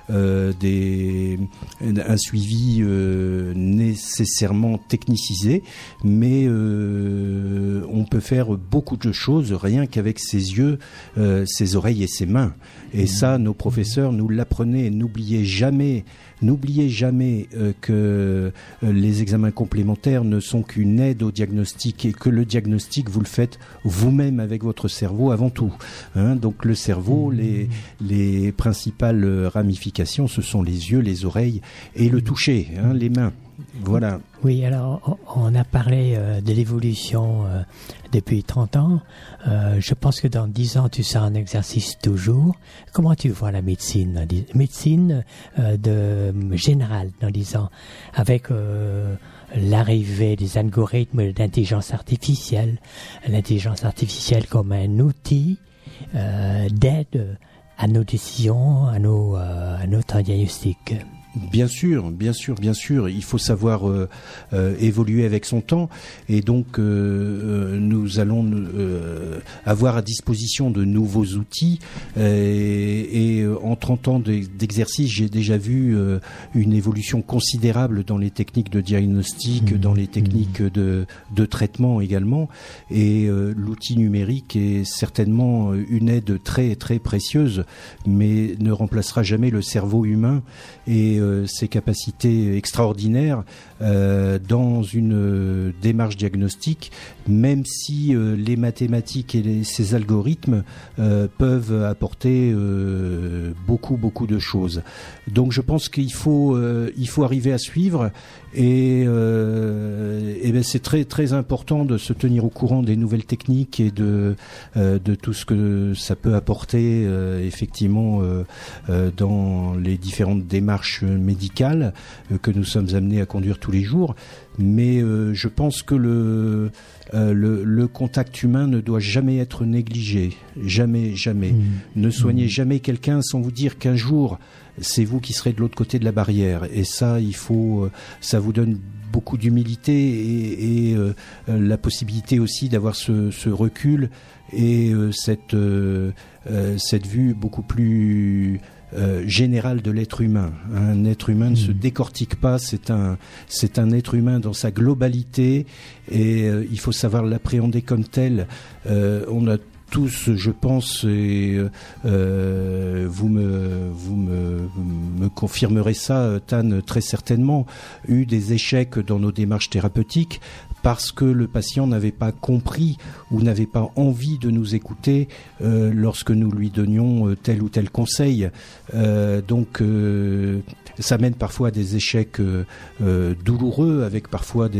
Speaker 6: un suivi nécessairement technicisé, mais on peut faire beaucoup de choses rien qu'avec ses yeux, ses oreilles et ses mains. Et ça, nos professeurs nous l'apprenaient. N'oubliez jamais que les examens complémentaires ne sont qu'une aide au diagnostic et que le diagnostic, vous le faites vous-même avec votre cerveau avant tout. Donc le cerveau, les principales ramifications, ce sont les yeux, les oreilles et le toucher, les mains. Voilà.
Speaker 5: Oui, alors on a parlé de l'évolution depuis 30 ans. Je pense que dans 10 ans, tu seras en exercice toujours. Comment tu vois la médecine générale dans 10 ans, avec l'arrivée des algorithmes d'intelligence artificielle comme un outil d'aide à nos décisions, à notre diagnostic?
Speaker 6: Bien sûr. Il faut savoir évoluer avec son temps, et donc nous allons avoir à disposition de nouveaux outils. Et en 30 ans d'exercice, j'ai déjà vu une évolution considérable dans les techniques de diagnostic, dans les techniques de traitement également. Et l'outil numérique est certainement une aide très très précieuse, mais ne remplacera jamais le cerveau humain et ses capacités extraordinaires dans une démarche diagnostique, même si les mathématiques et ces algorithmes peuvent apporter beaucoup de choses. Donc je pense qu'il faut arriver à suivre, et ben c'est très très important de se tenir au courant des nouvelles techniques et de tout ce que ça peut apporter effectivement dans les différentes démarches médicales que nous sommes amenés à conduire tous les jours. Mais je pense que le contact humain ne doit jamais être négligé. Jamais. Ne soignez jamais quelqu'un sans vous dire qu'un jour, c'est vous qui serez de l'autre côté de la barrière. Et ça, ça vous donne beaucoup d'humilité et la possibilité aussi d'avoir ce recul et cette vue beaucoup plus général de l'être humain. Un être humain ne se décortique pas, c'est un être humain dans sa globalité, et il faut savoir l'appréhender comme tel. On a tous, je pense, et vous me confirmerez ça, Tan, très certainement, eu des échecs dans nos démarches thérapeutiques, parce que le patient n'avait pas compris ou n'avait pas envie de nous écouter lorsque nous lui donnions tel ou tel conseil. Donc ça mène parfois à des échecs douloureux, avec parfois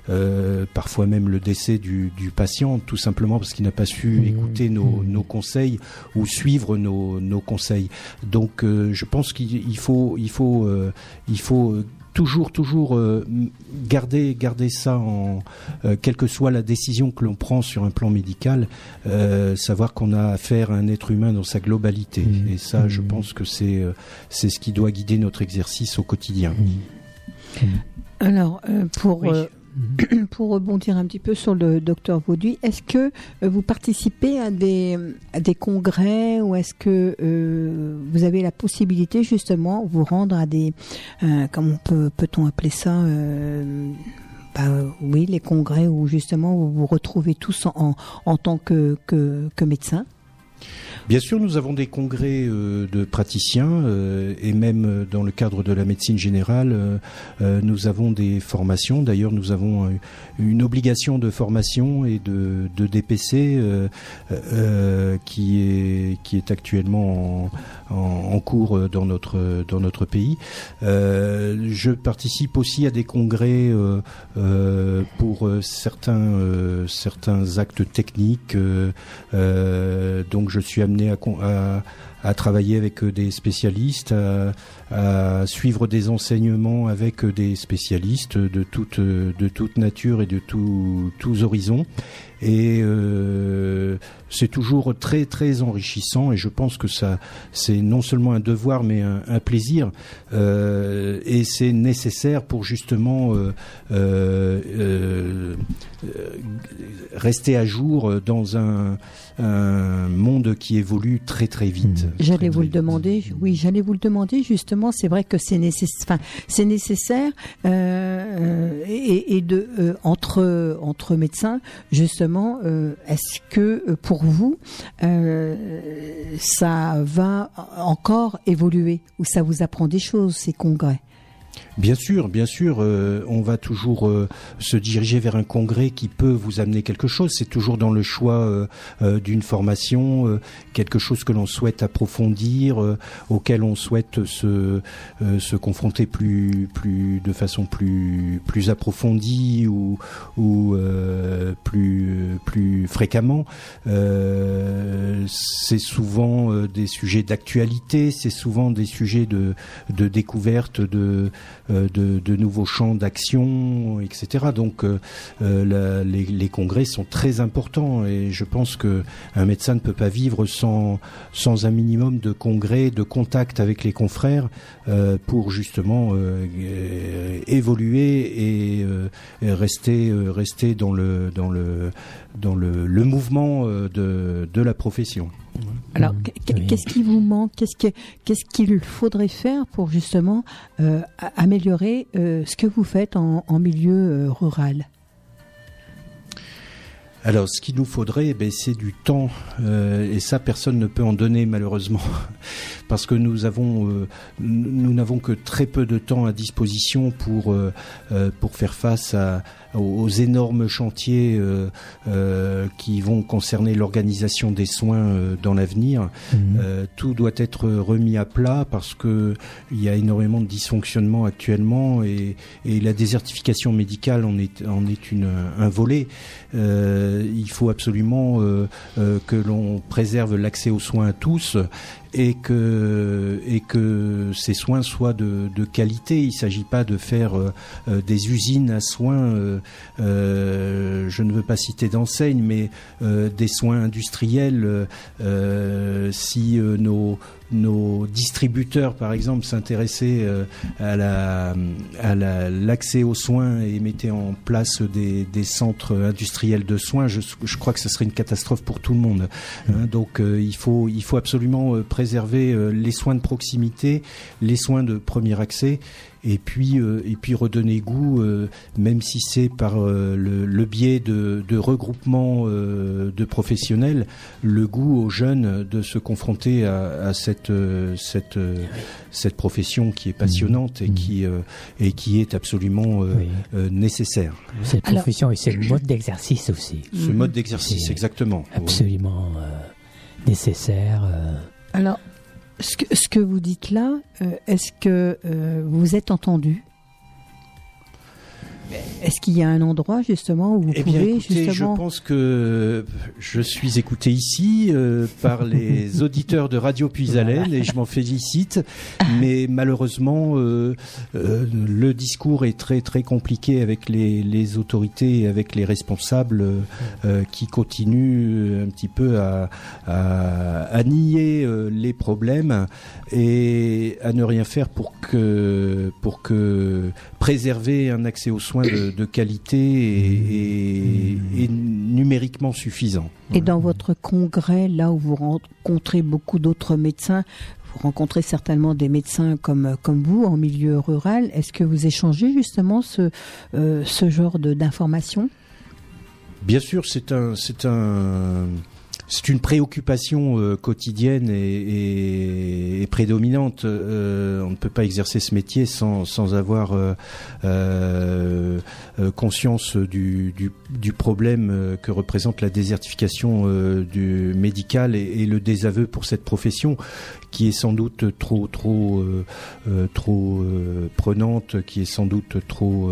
Speaker 6: même le décès du patient, tout simplement parce qu'il n'a pas su écouter nos conseils ou suivre nos conseils. Donc je pense qu'il faut toujours garder ça en quelle que soit la décision que l'on prend sur un plan médical, savoir qu'on a affaire à un être humain dans sa globalité. Et ça, je pense que c'est ce qui doit guider notre exercice au quotidien.
Speaker 4: Alors, pour rebondir un petit peu sur le docteur Vauduit, est-ce que vous participez à des congrès, ou est-ce que vous avez la possibilité justement de vous rendre à des comment peut-on appeler ça, oui, les congrès où justement vous vous retrouvez tous en tant que médecin?
Speaker 6: Bien sûr, nous avons des congrès de praticiens et même dans le cadre de la médecine générale, nous avons des formations. D'ailleurs, nous avons une obligation de formation et de DPC qui est actuellement en cours dans notre pays. Je participe aussi à des congrès pour certains actes techniques. Donc je suis amené à travailler avec des spécialistes, à suivre des enseignements avec des spécialistes de toute nature et de tous horizons. Et c'est toujours très très enrichissant, et je pense que ça c'est non seulement un devoir mais un plaisir, et c'est nécessaire pour justement rester à jour dans un monde qui évolue très très vite.
Speaker 4: J'allais vous le demander. Oui, j'allais vous le demander. Justement, c'est vrai que c'est nécessaire. C'est nécessaire entre médecins. Justement, est-ce que pour vous, ça va encore évoluer ou ça vous apprend des choses ces congrès?
Speaker 6: Bien sûr, on va toujours se diriger vers un congrès qui peut vous amener quelque chose. C'est toujours dans le choix d'une formation, quelque chose que l'on souhaite approfondir, auquel on souhaite se confronter de façon plus approfondie ou plus fréquemment. C'est souvent des sujets d'actualité, c'est souvent des sujets de découverte de nouveaux champs d'action, etc. Donc les congrès sont très importants et je pense que un médecin ne peut pas vivre sans un minimum de congrès, de contact avec les confrères pour justement évoluer et rester dans le mouvement de la profession.
Speaker 4: Alors, qu'est-ce qui vous manque? Qu'est-ce qu'il faudrait faire pour justement améliorer ce que vous faites en milieu rural?
Speaker 6: Alors, ce qu'il nous faudrait, c'est du temps, et ça, personne ne peut en donner malheureusement, parce que nous n'avons que très peu de temps à disposition pour faire face aux énormes chantiers qui vont concerner l'organisation des soins dans l'avenir. Tout doit être remis à plat parce que il y a énormément de dysfonctionnements actuellement et la désertification médicale en est un volet. Il faut absolument que l'on préserve l'accès aux soins à tous et que ces soins soient de qualité. Il ne s'agit pas de faire des usines à soins, je ne veux pas citer d'enseigne, mais des soins industriels. Si nos distributeurs, par exemple, s'intéressaient à l'accès aux soins et mettaient en place des centres industriels de soins, je crois que ce serait une catastrophe pour tout le monde. Donc il faut absolument préserver les soins de proximité, les soins de premier accès. Et puis redonner goût, même si c'est par le biais de regroupements de professionnels, le goût aux jeunes de se confronter à cette profession qui est passionnante et qui est absolument nécessaire.
Speaker 5: Cette profession et c'est le mode d'exercice aussi.
Speaker 6: Ce mode d'exercice, exactement.
Speaker 5: Absolument nécessaire.
Speaker 4: Alors, ce que vous dites là, est-ce que vous êtes entendu? Est-ce qu'il y a un endroit justement où vous pouvez
Speaker 6: écoutez,
Speaker 4: justement...
Speaker 6: Je pense que je suis écouté ici par les auditeurs de Radio Puisalène et je m'en félicite. Mais malheureusement, le discours est très très compliqué avec les autorités et avec les responsables qui continuent un petit peu à nier les problèmes et à ne rien faire pour que préserver un accès aux soins de qualité et numériquement suffisant.
Speaker 4: Et dans votre congrès, là où vous rencontrez beaucoup d'autres médecins, vous rencontrez certainement des médecins comme vous en milieu rural. Est-ce que vous échangez justement ce genre d'informations? Bien sûr,
Speaker 6: c'est une préoccupation quotidienne et prédominante. On ne peut pas exercer ce métier sans avoir conscience du problème que représente la désertification du médical et le désaveu pour cette profession qui est sans doute trop prenante, qui est sans doute trop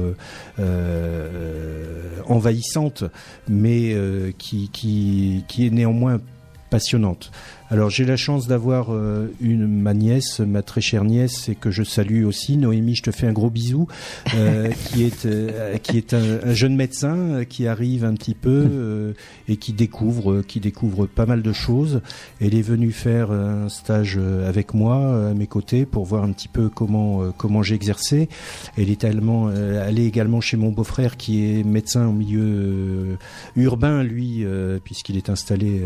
Speaker 6: envahissante, mais qui est néanmoins passionnante. Alors j'ai la chance d'avoir ma nièce, ma très chère nièce, et que je salue aussi, Noémie, je te fais un gros bisou, qui est un jeune médecin qui arrive un petit peu et qui découvre pas mal de choses. Elle est venue faire un stage avec moi à mes côtés pour voir un petit peu comment j'exerçais. Elle est allée également chez mon beau-frère qui est médecin en milieu Urbain, lui, puisqu'il est installé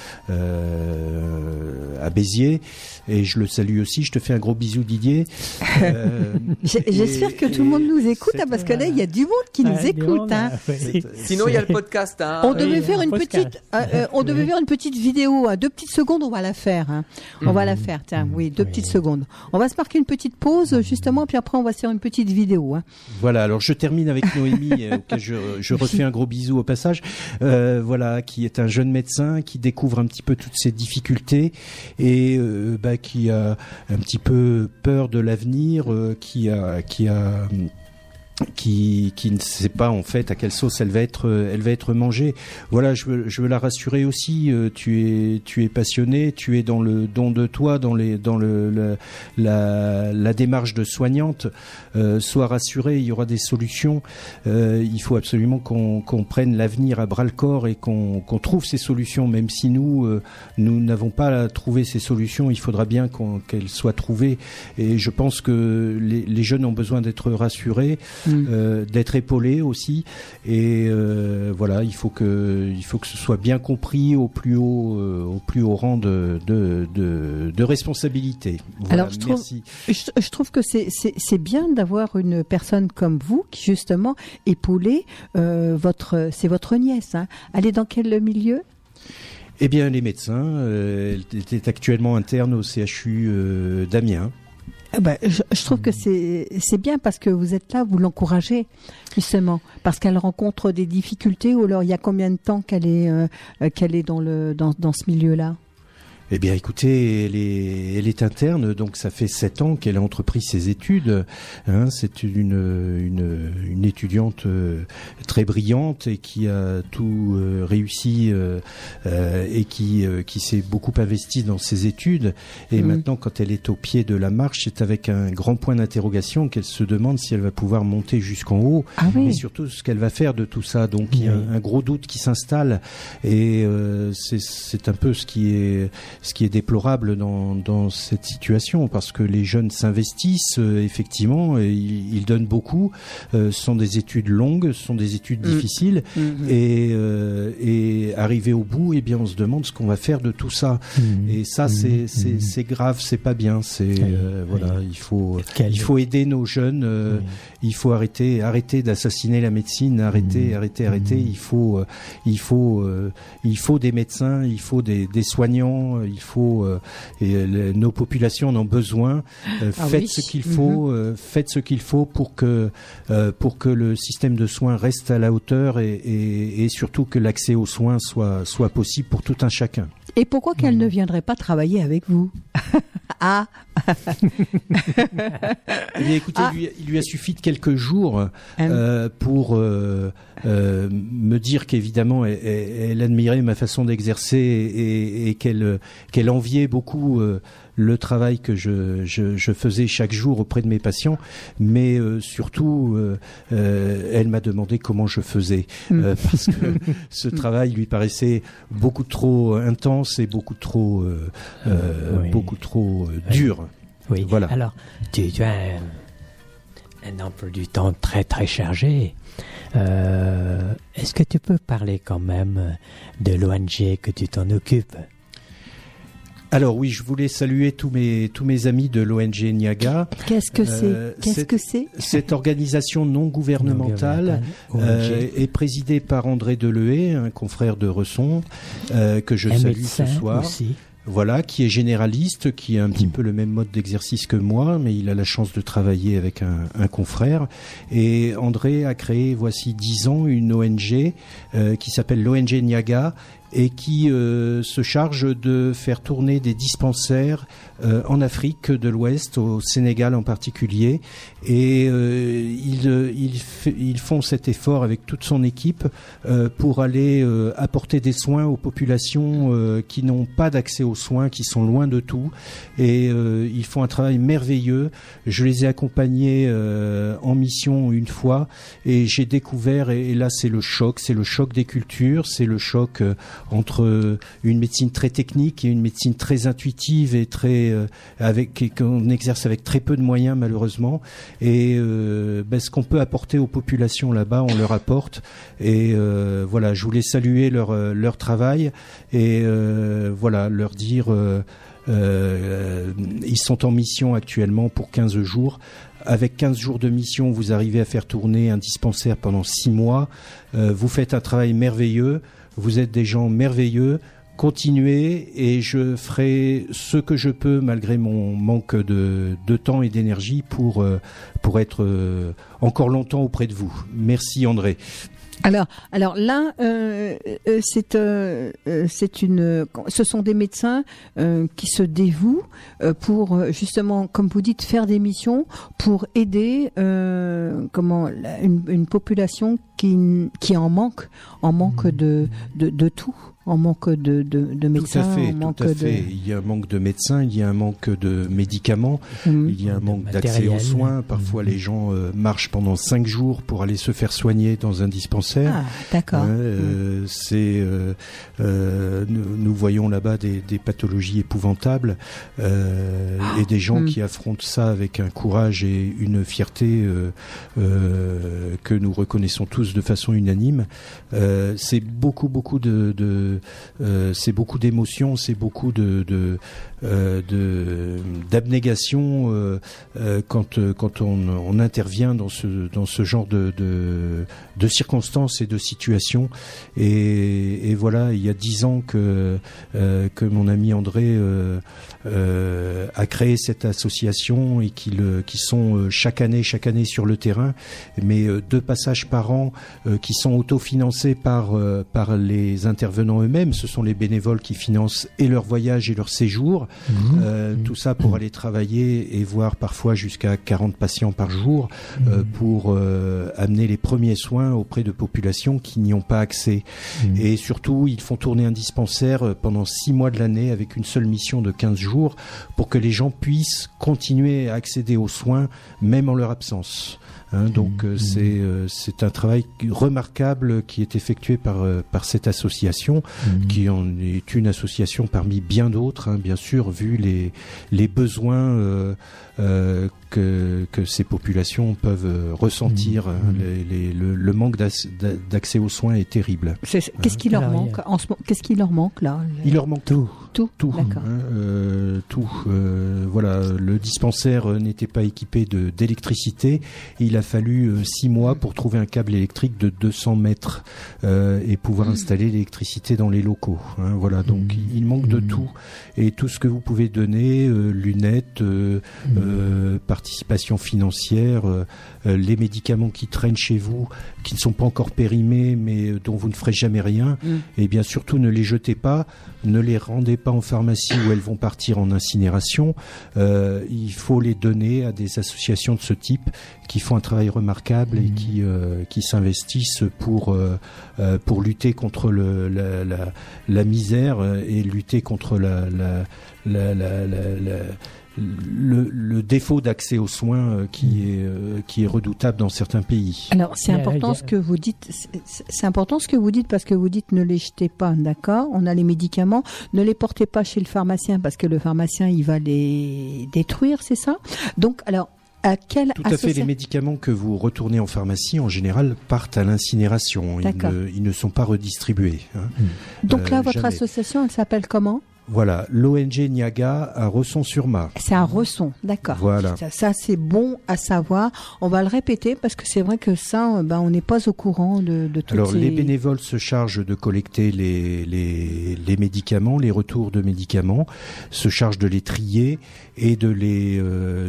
Speaker 6: à Béziers, et je le salue aussi. Je te fais un gros bisou, Didier.
Speaker 4: J'espère que tout le monde nous écoute, parce que là, il y a du monde qui nous écoute.
Speaker 1: Sinon, il y a le podcast.
Speaker 4: On devait faire une petite, on devait faire une petite vidéo, 2 petites secondes, on va la faire. On va la faire, tiens, 2 petites secondes. On va se marquer une petite pause, justement, puis après, on va se faire une petite vidéo.
Speaker 6: Voilà, alors je termine avec Noémie, auquel je refais un gros bisou au passage, voilà, qui est un jeune médecin qui découvre un petit peu toutes ces difficultés et qui a un petit peu peur de l'avenir, qui ne sait pas en fait à quelle sauce elle va être mangée. Voilà, je veux la rassurer aussi. Tu es passionné, tu es dans le don de toi, dans la démarche de soignante. Sois rassuré, il y aura des solutions. Il faut absolument qu'on prenne l'avenir à bras le corps et qu'on trouve ces solutions. Même si nous n'avons pas trouvé ces solutions, il faudra bien qu'elles soient trouvées. Et je pense que les jeunes ont besoin d'être rassurés. D'être épaulé aussi, et voilà, il faut que ce soit bien compris au plus haut rang de responsabilité. Voilà,
Speaker 4: alors
Speaker 6: merci.
Speaker 4: Je trouve que c'est bien d'avoir une personne comme vous qui justement épaulait c'est votre nièce. Elle est dans quel milieu?
Speaker 6: Eh bien, les médecins. Elle est actuellement interne au CHU d'Amiens.
Speaker 4: Je trouve que c'est bien parce que vous êtes là, vous l'encouragez justement, parce qu'elle rencontre des difficultés. Ou alors il y a combien de temps qu'elle est dans ce milieu-là?
Speaker 6: Eh bien, écoutez, elle est interne, donc ça fait 7 ans qu'elle a entrepris ses études. C'est une étudiante très brillante et qui a tout réussi et qui s'est beaucoup investie dans ses études. Et maintenant, quand elle est au pied de la marche, c'est avec un grand point d'interrogation qu'elle se demande si elle va pouvoir monter jusqu'en haut, et surtout ce qu'elle va faire de tout ça. Donc, il y a un gros doute qui s'installe, et c'est un peu ce qui est déplorable dans cette situation, parce que les jeunes s'investissent effectivement, et ils donnent beaucoup. Ce sont des études longues, ce sont des études difficiles, et arrivé au bout, eh bien on se demande ce qu'on va faire de tout ça. Et ça c'est grave, c'est pas bien. Voilà, il faut aider nos jeunes. Il faut arrêter d'assassiner la médecine. Arrêter. Il faut des médecins, il faut des soignants, il faut nos populations en ont besoin. Faites ce qu'il faut. Faites ce qu'il faut pour que le système de soins reste à la hauteur, et surtout que l'accès aux soins soit possible pour tout un chacun.
Speaker 4: Et pourquoi qu'elle ne viendrait pas travailler avec vous?
Speaker 6: Eh bien, écoutez, il lui a suffi de quelques jours pour me dire qu'évidemment elle admirait ma façon d'exercer et qu'elle enviait beaucoup le travail que je faisais chaque jour auprès de mes patients, mais surtout elle m'a demandé comment je faisais, parce que ce travail lui paraissait beaucoup trop intense et beaucoup trop dur.
Speaker 5: Oui.
Speaker 6: Voilà.
Speaker 5: Alors, tu as un emploi du temps très très chargé. Est-ce que tu peux parler quand même de l'ONG que tu t'en occupes?
Speaker 6: Alors oui, je voulais saluer tous mes amis de l'ONG Niaga.
Speaker 4: Qu'est-ce que c'est
Speaker 6: Cette organisation non gouvernementale est présidée par André Delehé, un confrère de Resson, que je salue ce soir. Aussi. Voilà, qui est généraliste, qui a un petit peu le même mode d'exercice que moi, mais il a la chance de travailler avec un confrère. Et André a créé, voici 10 ans, une ONG qui s'appelle l'ONG Niaga, et qui se charge de faire tourner des dispensaires en Afrique de l'Ouest, au Sénégal en particulier. Et ils font cet effort avec toute son équipe pour aller apporter des soins aux populations qui n'ont pas d'accès aux soins, qui sont loin de tout. Et ils font un travail merveilleux. Je les ai accompagnés en mission une fois, et j'ai découvert, et là c'est le choc des cultures, c'est le choc entre une médecine très technique et une médecine très intuitive et qu'on exerce avec très peu de moyens malheureusement. Et ce qu'on peut apporter aux populations là-bas, on leur apporte. Et voilà, je voulais saluer leur travail et leur dire. Ils sont en mission actuellement pour 15 jours. Avec 15 jours de mission, vous arrivez à faire tourner un dispensaire pendant 6 mois. Vous faites un travail merveilleux. Vous êtes des gens merveilleux. Continuez et je ferai ce que je peux malgré mon manque de temps et d'énergie pour être encore longtemps auprès de vous. Merci André.
Speaker 4: Alors là, ce sont des médecins qui se dévouent pour justement, comme vous dites, faire des missions pour aider une population qui est en manque de tout. En manque de médecins.
Speaker 6: Tout à fait. Il y a un manque de médecins, il y a un manque de médicaments, il y a un manque d'accès aux soins. Parfois, les gens marchent pendant 5 jours pour aller se faire soigner dans un dispensaire.
Speaker 4: Ah, d'accord.
Speaker 6: Nous voyons là-bas des pathologies épouvantables et des gens qui affrontent ça avec un courage et une fierté que nous reconnaissons tous de façon unanime. C'est beaucoup c'est beaucoup d'émotions, c'est beaucoup d'abnégation quand on intervient dans ce genre de circonstances et de situations. Et voilà, il y a 10 ans que mon ami André a créé cette association et qui sont chaque année sur le terrain, mais 2 passages par an qui sont autofinancés par les intervenants eux-mêmes. Ce sont les bénévoles qui financent et leur voyage et leur séjour, tout ça pour aller travailler et voir parfois jusqu'à 40 patients par jour pour amener les premiers soins auprès de populations qui n'y ont pas accès. Et surtout, ils font tourner un dispensaire pendant 6 mois de l'année avec une seule mission de 15 jours pour que les gens puissent continuer à accéder aux soins même en leur absence. Donc c'est un travail remarquable qui est effectué par cette association, qui en est une association parmi bien d'autres, bien sûr, vu les besoins que ces populations peuvent ressentir. Le manque d'accès aux soins est terrible.
Speaker 4: Qu'est-ce qui leur manque en ce moment? Qu'est-ce qui leur manque là?
Speaker 6: Il leur manque tout.
Speaker 4: D'accord.
Speaker 6: Tout. Voilà, le dispensaire n'était pas équipé d'électricité. Il a fallu 6 mois pour trouver un câble électrique de 200 mètres et pouvoir installer l'électricité dans les locaux. Voilà, donc il manque de tout. Et tout ce que vous pouvez donner, lunettes, participation financière, les médicaments qui traînent chez vous, qui ne sont pas encore périmés, mais dont vous ne ferez jamais rien, et bien surtout ne les jetez pas, ne les rendez pas en pharmacie où elles vont partir en incinération. Il faut les donner à des associations de ce type qui font un travail remarquable et qui s'investissent pour lutter contre la misère et lutter contre le défaut d'accès aux soins qui est redoutable dans certains pays.
Speaker 4: Alors c'est important ce que vous dites. C'est important ce que vous dites parce que vous dites ne les jetez pas, d'accord? On a les médicaments, ne les portez pas chez le pharmacien parce que le pharmacien il va les détruire, c'est ça? Donc alors.
Speaker 6: Tout à fait. Les médicaments que vous retournez en pharmacie, en général, partent à l'incinération. Ils ne sont pas redistribués.
Speaker 4: Donc là, votre association, elle s'appelle comment?
Speaker 6: Voilà, l'ONG Niaga à Resson-sur-Mar.
Speaker 4: C'est à Resson, d'accord.
Speaker 6: Voilà.
Speaker 4: Ça c'est bon à savoir. On va le répéter parce que c'est vrai que ça, on n'est pas au courant de tout.
Speaker 6: Alors les bénévoles se chargent de collecter les médicaments, les retours de médicaments, se chargent de les trier et de les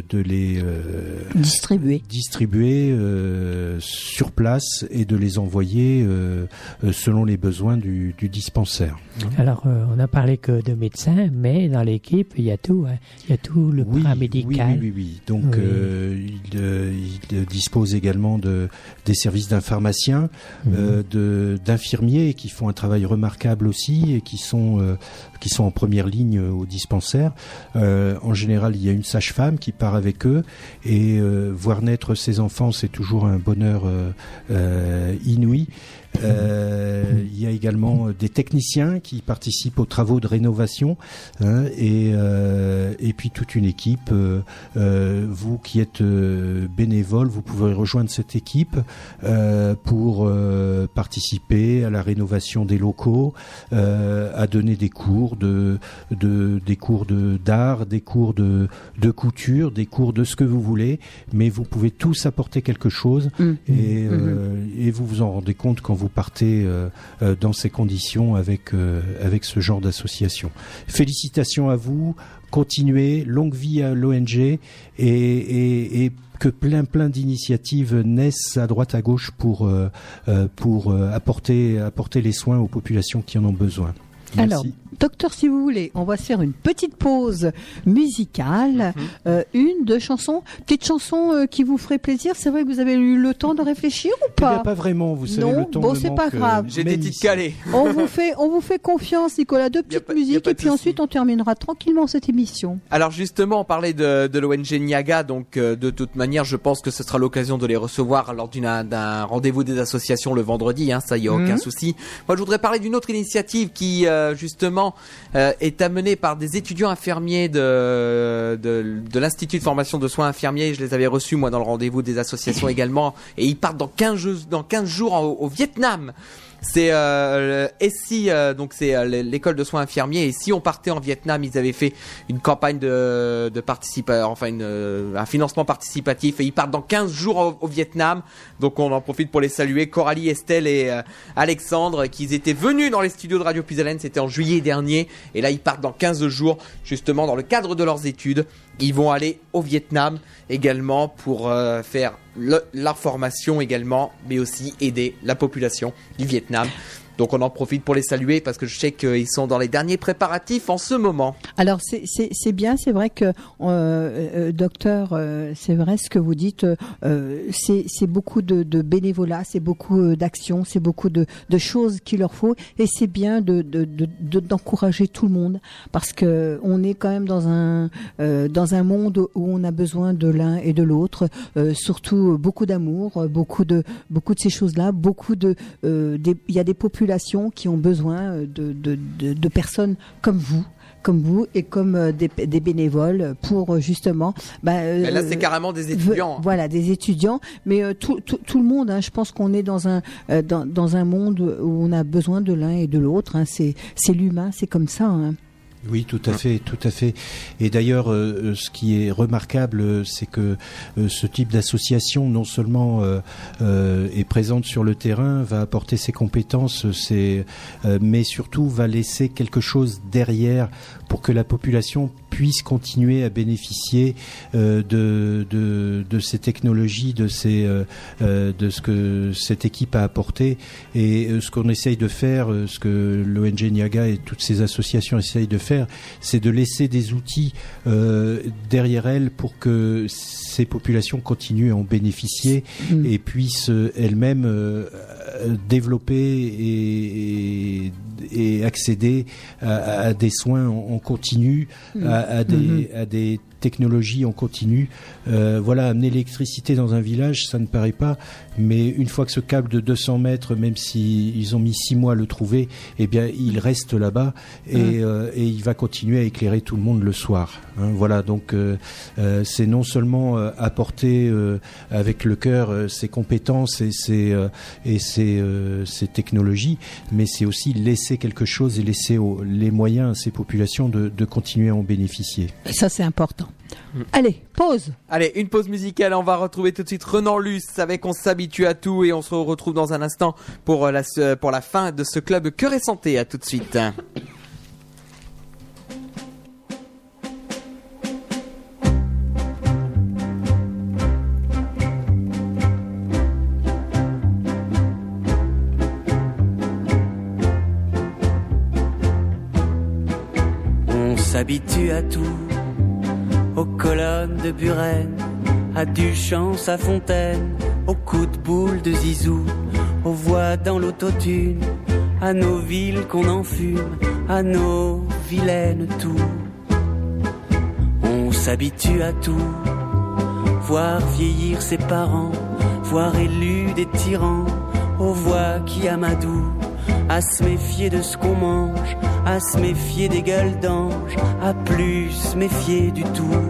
Speaker 6: distribuer sur place et de les envoyer selon les besoins du dispensaire.
Speaker 5: Alors on a parlé que de médecins, mais dans l'équipe il y a tout, il y a tout le paramédical.
Speaker 6: Oui. Donc il dispose également des services d'un pharmacien, d'infirmiers qui font un travail remarquable aussi et qui sont en première ligne au dispensaire. En général, il y a une sage-femme qui part avec eux et voir naître ses enfants, c'est toujours un bonheur inouï. Il y a également des techniciens qui participent aux travaux de rénovation, hein, et puis toute une équipe. Vous qui êtes bénévole, vous pouvez rejoindre cette équipe pour participer à la rénovation des locaux, à donner des cours des cours d'art, des cours de couture, des cours de ce que vous voulez, mais vous pouvez tous apporter quelque chose et vous vous en rendez compte quand vous partez dans ces conditions avec ce genre d'association. Félicitations à vous, continuez, longue vie à l'ONG et que plein d'initiatives naissent à droite à gauche pour apporter les soins aux populations qui en ont besoin. Merci.
Speaker 4: Alors, docteur, si vous voulez, on va se faire une petite pause musicale, une, deux chansons, petite chanson qui vous ferait plaisir. C'est vrai que vous avez eu le temps de réfléchir ou pas?
Speaker 6: Eh bien, pas vraiment, vous savez,
Speaker 4: non,
Speaker 6: le temps
Speaker 4: bon,
Speaker 6: me
Speaker 4: c'est
Speaker 6: manque,
Speaker 4: pas grave.
Speaker 1: J'ai des titres calés.
Speaker 4: On vous fait confiance, Nicolas. Deux petites musiques et puis ensuite on terminera tranquillement cette émission.
Speaker 1: Alors justement, on parlait de l'ONG Niaga, donc de toute manière, je pense que ce sera l'occasion de les recevoir lors d'un rendez-vous des associations le vendredi, hein, ça y a aucun souci. Moi, je voudrais parler d'une autre initiative qui justement est amenée par des étudiants infirmiers de l'Institut de formation de soins infirmiers. Je les avais reçus moi dans le rendez-vous des associations également, et ils partent dans 15 jours au Vietnam. C'est SI, donc c'est l'école de soins infirmiers. Et si on partait en Vietnam, ils avaient fait une campagne de un financement participatif, et ils partent dans 15 jours au Vietnam. Donc on en profite pour les saluer, Coralie, Estelle et Alexandre, qui étaient venus dans les studios de Radio Puisalène, c'était en juillet dernier, et là ils partent dans 15 jours justement dans le cadre de leurs études. Ils vont aller au Vietnam également pour faire leur formation également, mais aussi aider la population du Vietnam. Donc on en profite pour les saluer parce que je sais qu'ils sont dans les derniers préparatifs en ce moment.
Speaker 4: Alors c'est bien, c'est vrai que docteur, c'est vrai ce que vous dites, c'est beaucoup de bénévolat, c'est beaucoup d'actions, c'est beaucoup de choses qu'il leur faut, et c'est bien d'encourager tout le monde parce que on est quand même dans un monde où on a besoin de l'un et de l'autre, surtout beaucoup d'amour, beaucoup de ces choses-là, il y a des populations qui ont besoin de personnes comme vous et comme des bénévoles pour justement
Speaker 1: mais là c'est carrément des étudiants.
Speaker 4: Voilà, des étudiants, mais tout le monde, hein, je pense qu'on est dans un monde où on a besoin de l'un et de l'autre, hein, c'est l'humain, c'est comme ça, hein.
Speaker 6: Oui, tout à fait. Et d'ailleurs, ce qui est remarquable, c'est que ce type d'association, non seulement est présente sur le terrain, va apporter ses compétences, mais surtout va laisser quelque chose derrière pour que la population puisse continuer à bénéficier de ces technologies, de ce que cette équipe a apporté. Et ce qu'on essaye de faire, ce que l'ONG Niaga et toutes ces associations essayent de faire, c'est de laisser des outils derrière elles pour que ces populations continuent à en bénéficier et puissent elles-mêmes développer et accéder à des soins en continu, à des technologies en continu. Voilà, amener l'électricité dans un village, ça ne paraît pas, mais une fois que ce câble de 200 mètres, même s'ils ont mis 6 mois à le trouver, eh bien, il reste là-bas et il va continuer à éclairer tout le monde le soir. Hein, voilà, donc c'est non seulement apporter avec le cœur ses compétences et ses technologies, mais c'est aussi laisser quelque chose et laisser les moyens à ces populations de continuer à en bénéficier.
Speaker 4: Et ça, c'est important. Allez, pause.
Speaker 1: Allez, une pause musicale. On va retrouver tout de suite Renan Luce avec On s'habitue à tout, et on se retrouve dans un instant pour la fin de ce club Cœur et Santé. À tout de suite.
Speaker 14: On s'habitue à tout, aux colonnes de Buren, à Duchamp, à Fontaine, aux coups de boule de Zizou, aux voix dans l'autotune, à nos villes qu'on enfume, à nos vilaines tours. On s'habitue à tout, voir vieillir ses parents, voir élus des tyrans, aux voix qui amadouent, à se méfier de ce qu'on mange, à se méfier des gueules d'ange, à plus se méfier du tout.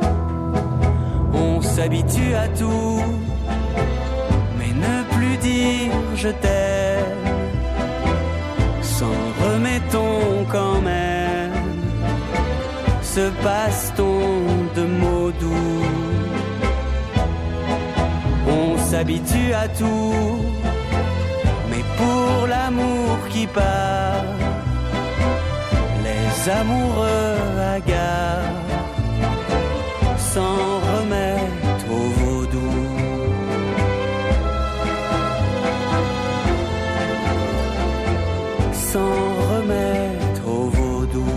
Speaker 14: On s'habitue à tout, mais ne plus dire je t'aime, s'en remettons quand même, se passe-t-on de mots doux. On s'habitue à tout, mais pour l'amour qui part, les amoureux hagards s'en remettent au vaudou. S'en remettre au vaudou.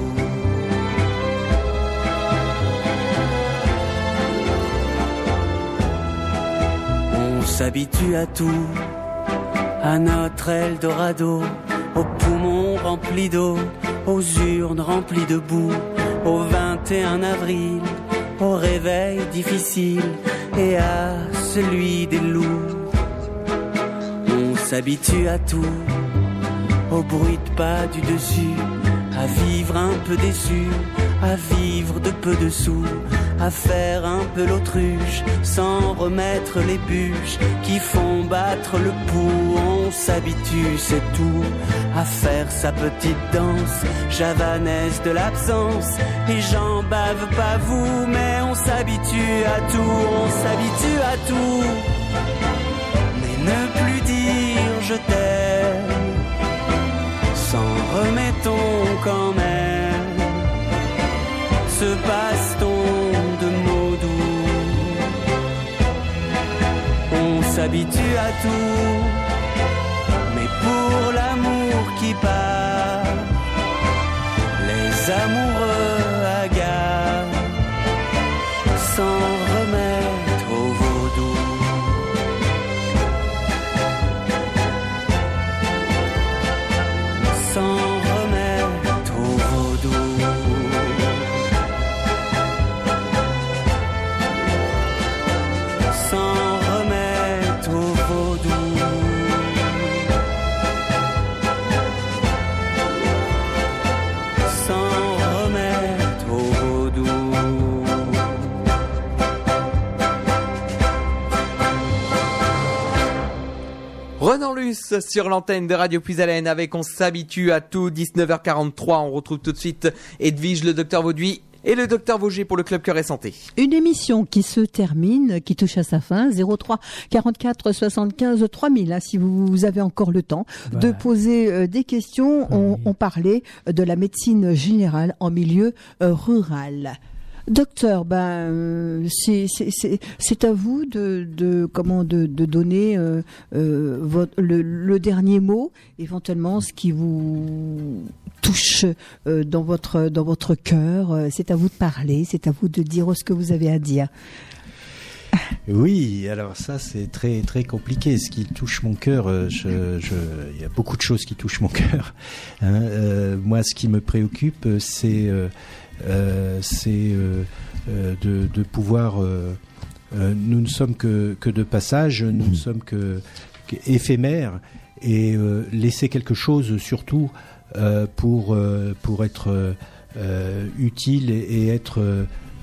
Speaker 14: On s'habitue à tout, à notre Eldorado, aux poumons remplis d'eau, aux urnes remplies de boue, au 21 avril, au réveil difficile et à celui des loups. On s'habitue à tout, au bruit de pas du dessus, à vivre un peu déçu, à vivre de peu dessous, à faire un peu l'autruche, sans remettre les bûches qui font battre le pouls. On s'habitue, c'est tout, à faire sa petite danse javanaise de l'absence. Et j'en bave pas vous, mais on s'habitue à tout, on s'habitue à tout. Mais ne plus dire je t'aime, s'en remettons quand même, se passe-t-on de mots doux. On s'habitue à tout, mais pour l'amour qui part, les amoureux hagards s'en remettent au vaudou. S'en remettre au vaudou. S'en remettre au vaudou. S'en remettre au vaudou.
Speaker 1: Renan Luce sur l'antenne de Radio Puisalène avec On s'habitue à tout, 19h43. On retrouve tout de suite Edwige, le docteur Vauduit et le docteur Vauger pour le Club Cœur et Santé.
Speaker 4: Une émission qui se termine, qui touche à sa fin, 03 44 75 3000, hein, si vous avez encore le temps de poser des questions. On parlait de la médecine générale en milieu rural. Docteur, c'est à vous de donner le dernier mot, éventuellement ce qui vous touche dans votre cœur. C'est à vous de parler, c'est à vous de dire ce que vous avez à dire.
Speaker 6: Oui, alors ça c'est très très compliqué. Ce qui touche mon cœur, il y a beaucoup de choses qui touchent mon cœur. Moi, ce qui me préoccupe, c'est de pouvoir. Nous ne sommes que de passage, nous ne sommes que éphémères, et laisser quelque chose surtout pour être utile et être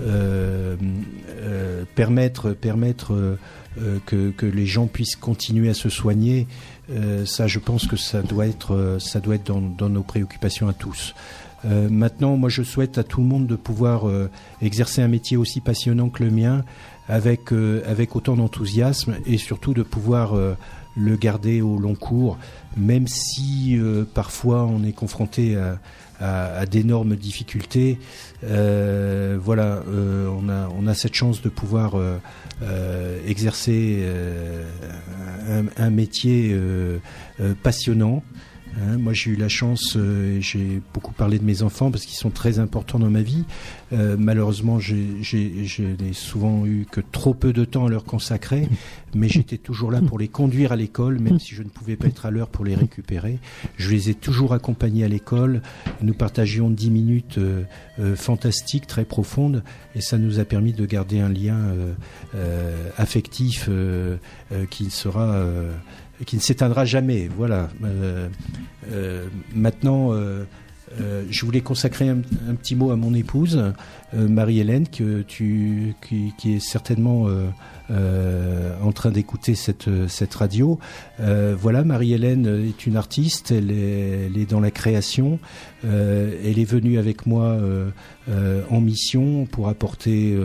Speaker 6: permettre que les gens puissent continuer à se soigner. Ça, je pense que ça doit être dans nos préoccupations à tous. Maintenant, moi, je souhaite à tout le monde de pouvoir exercer un métier aussi passionnant que le mien, avec autant d'enthousiasme, et surtout de pouvoir le garder au long cours, même si parfois on est confronté à d'énormes difficultés. Voilà, on a cette chance de pouvoir exercer un métier passionnant. Moi, j'ai eu la chance, j'ai beaucoup parlé de mes enfants parce qu'ils sont très importants dans ma vie. Malheureusement, je n'ai souvent eu que trop peu de temps à leur consacrer, mais j'étais toujours là pour les conduire à l'école, même si je ne pouvais pas être à l'heure pour les récupérer. Je les ai toujours accompagnés à l'école. Nous partagions 10 minutes fantastiques, très profondes, et ça nous a permis de garder un lien affectif qui sera qui ne s'éteindra jamais. Voilà. Maintenant, je voulais consacrer un petit mot à mon épouse, Marie-Hélène, qui est certainement en train d'écouter cette radio. Voilà, Marie-Hélène est une artiste, elle est dans la création. Elle est venue avec moi en mission pour apporter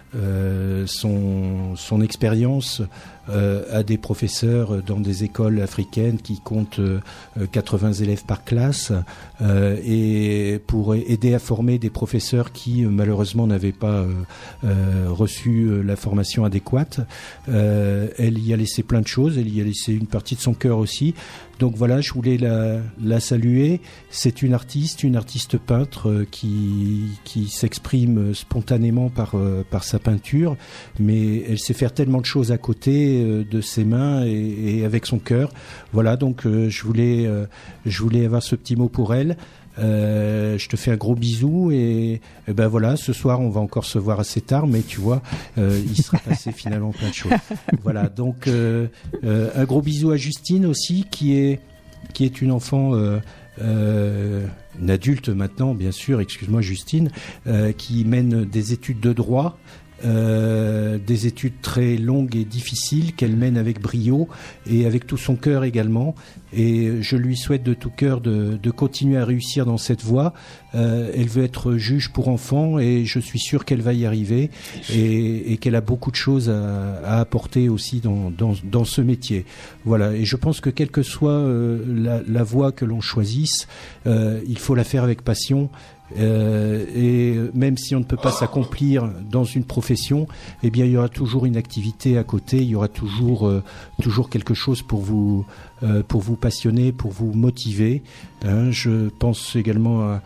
Speaker 6: son expérience à des professeurs dans des écoles africaines qui comptent 80 élèves par classe, et pour aider à former des professeurs qui malheureusement n'avaient pas reçu la formation adéquate. Elle y a laissé plein de choses, elle y a laissé une partie de son cœur aussi. Donc voilà, je voulais la saluer. C'est une artiste peintre qui s'exprime spontanément par sa peinture, mais elle sait faire tellement de choses à côté de ses mains et avec son cœur. Voilà, donc je voulais avoir ce petit mot pour elle. Je te fais un gros bisou et ben voilà, ce soir on va encore se voir assez tard, mais tu vois, il sera passé finalement plein de choses. Voilà, donc un gros bisou à Justine aussi, qui est une enfant, une adulte maintenant, bien sûr, excuse-moi Justine, qui mène des études de droit. Des études très longues et difficiles qu'elle mène avec brio et avec tout son cœur également, et je lui souhaite de tout cœur de continuer à réussir dans cette voie. Elle veut être juge pour enfants et je suis sûr qu'elle va y arriver, et qu'elle a beaucoup de choses à apporter aussi dans ce métier. Voilà, et je pense que quelle que soit la voie que l'on choisisse, il faut la faire avec passion. Et même si on ne peut pas s'accomplir dans une profession, eh bien il y aura toujours une activité à côté, il y aura toujours quelque chose pour vous passionner, pour vous motiver. Je pense également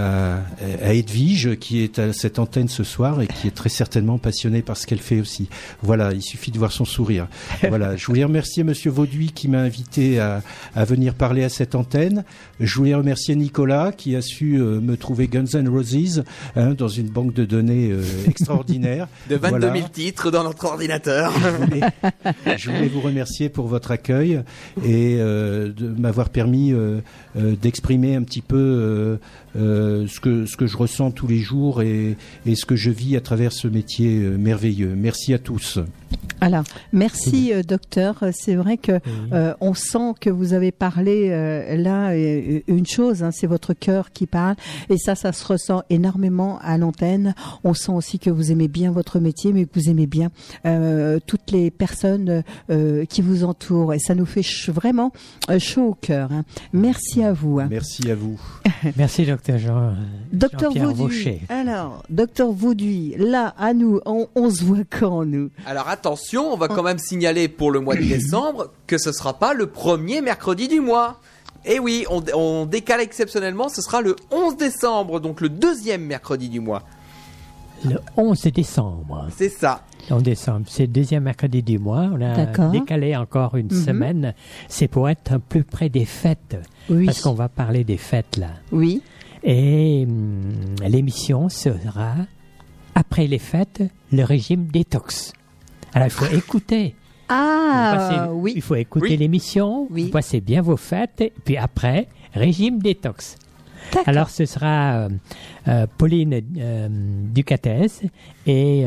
Speaker 6: à Edwige, qui est à cette antenne ce soir et qui est très certainement passionnée par ce qu'elle fait aussi. Voilà, il suffit de voir son sourire. Voilà, je voulais remercier Monsieur Vauduit qui m'a invité à venir parler à cette antenne. Je voulais remercier Nicolas qui a su me trouver Guns N' Roses dans une banque de données extraordinaire.
Speaker 1: De 22 000 titres dans notre ordinateur.
Speaker 6: Je voulais vous remercier pour votre accueil et de m'avoir permis d'exprimer un petit peu ce que je ressens tous les jours et ce que je vis à travers ce métier merveilleux. Merci à tous.
Speaker 4: Alors, merci docteur. C'est vrai que on sent que vous avez parlé là une chose, c'est votre cœur qui parle, et ça se ressent énormément à l'antenne. On sent aussi que vous aimez bien votre métier, mais que vous aimez bien toutes les personnes qui vous entourent, et ça nous fait vraiment chaud au cœur. Merci à vous.
Speaker 6: Merci à vous.
Speaker 5: Merci docteur
Speaker 4: Docteur
Speaker 5: Jean-Pierre
Speaker 4: Vauduit.
Speaker 5: Vaucher.
Speaker 4: Alors, docteur Vauduit, là, à nous, on se voit quand, nous?
Speaker 1: Alors attention, on va quand même signaler pour le mois de décembre que ce sera pas le premier mercredi du mois. Et oui, on décale exceptionnellement, ce sera le 11 décembre, donc le deuxième mercredi du mois.
Speaker 5: Le 11 décembre.
Speaker 1: C'est ça.
Speaker 5: Le 11 décembre, c'est le deuxième mercredi du mois. On a décalé encore une semaine. C'est pour être un peu près des fêtes.
Speaker 4: Oui.
Speaker 5: Parce qu'on va parler des fêtes là.
Speaker 4: Oui.
Speaker 5: Et l'émission sera, après les fêtes, le régime détox. Alors il faut écouter.
Speaker 4: Oui.
Speaker 5: Il faut écouter l'émission, vous passez bien vos fêtes, puis après, régime détox. Alors ce sera Pauline Ducatès et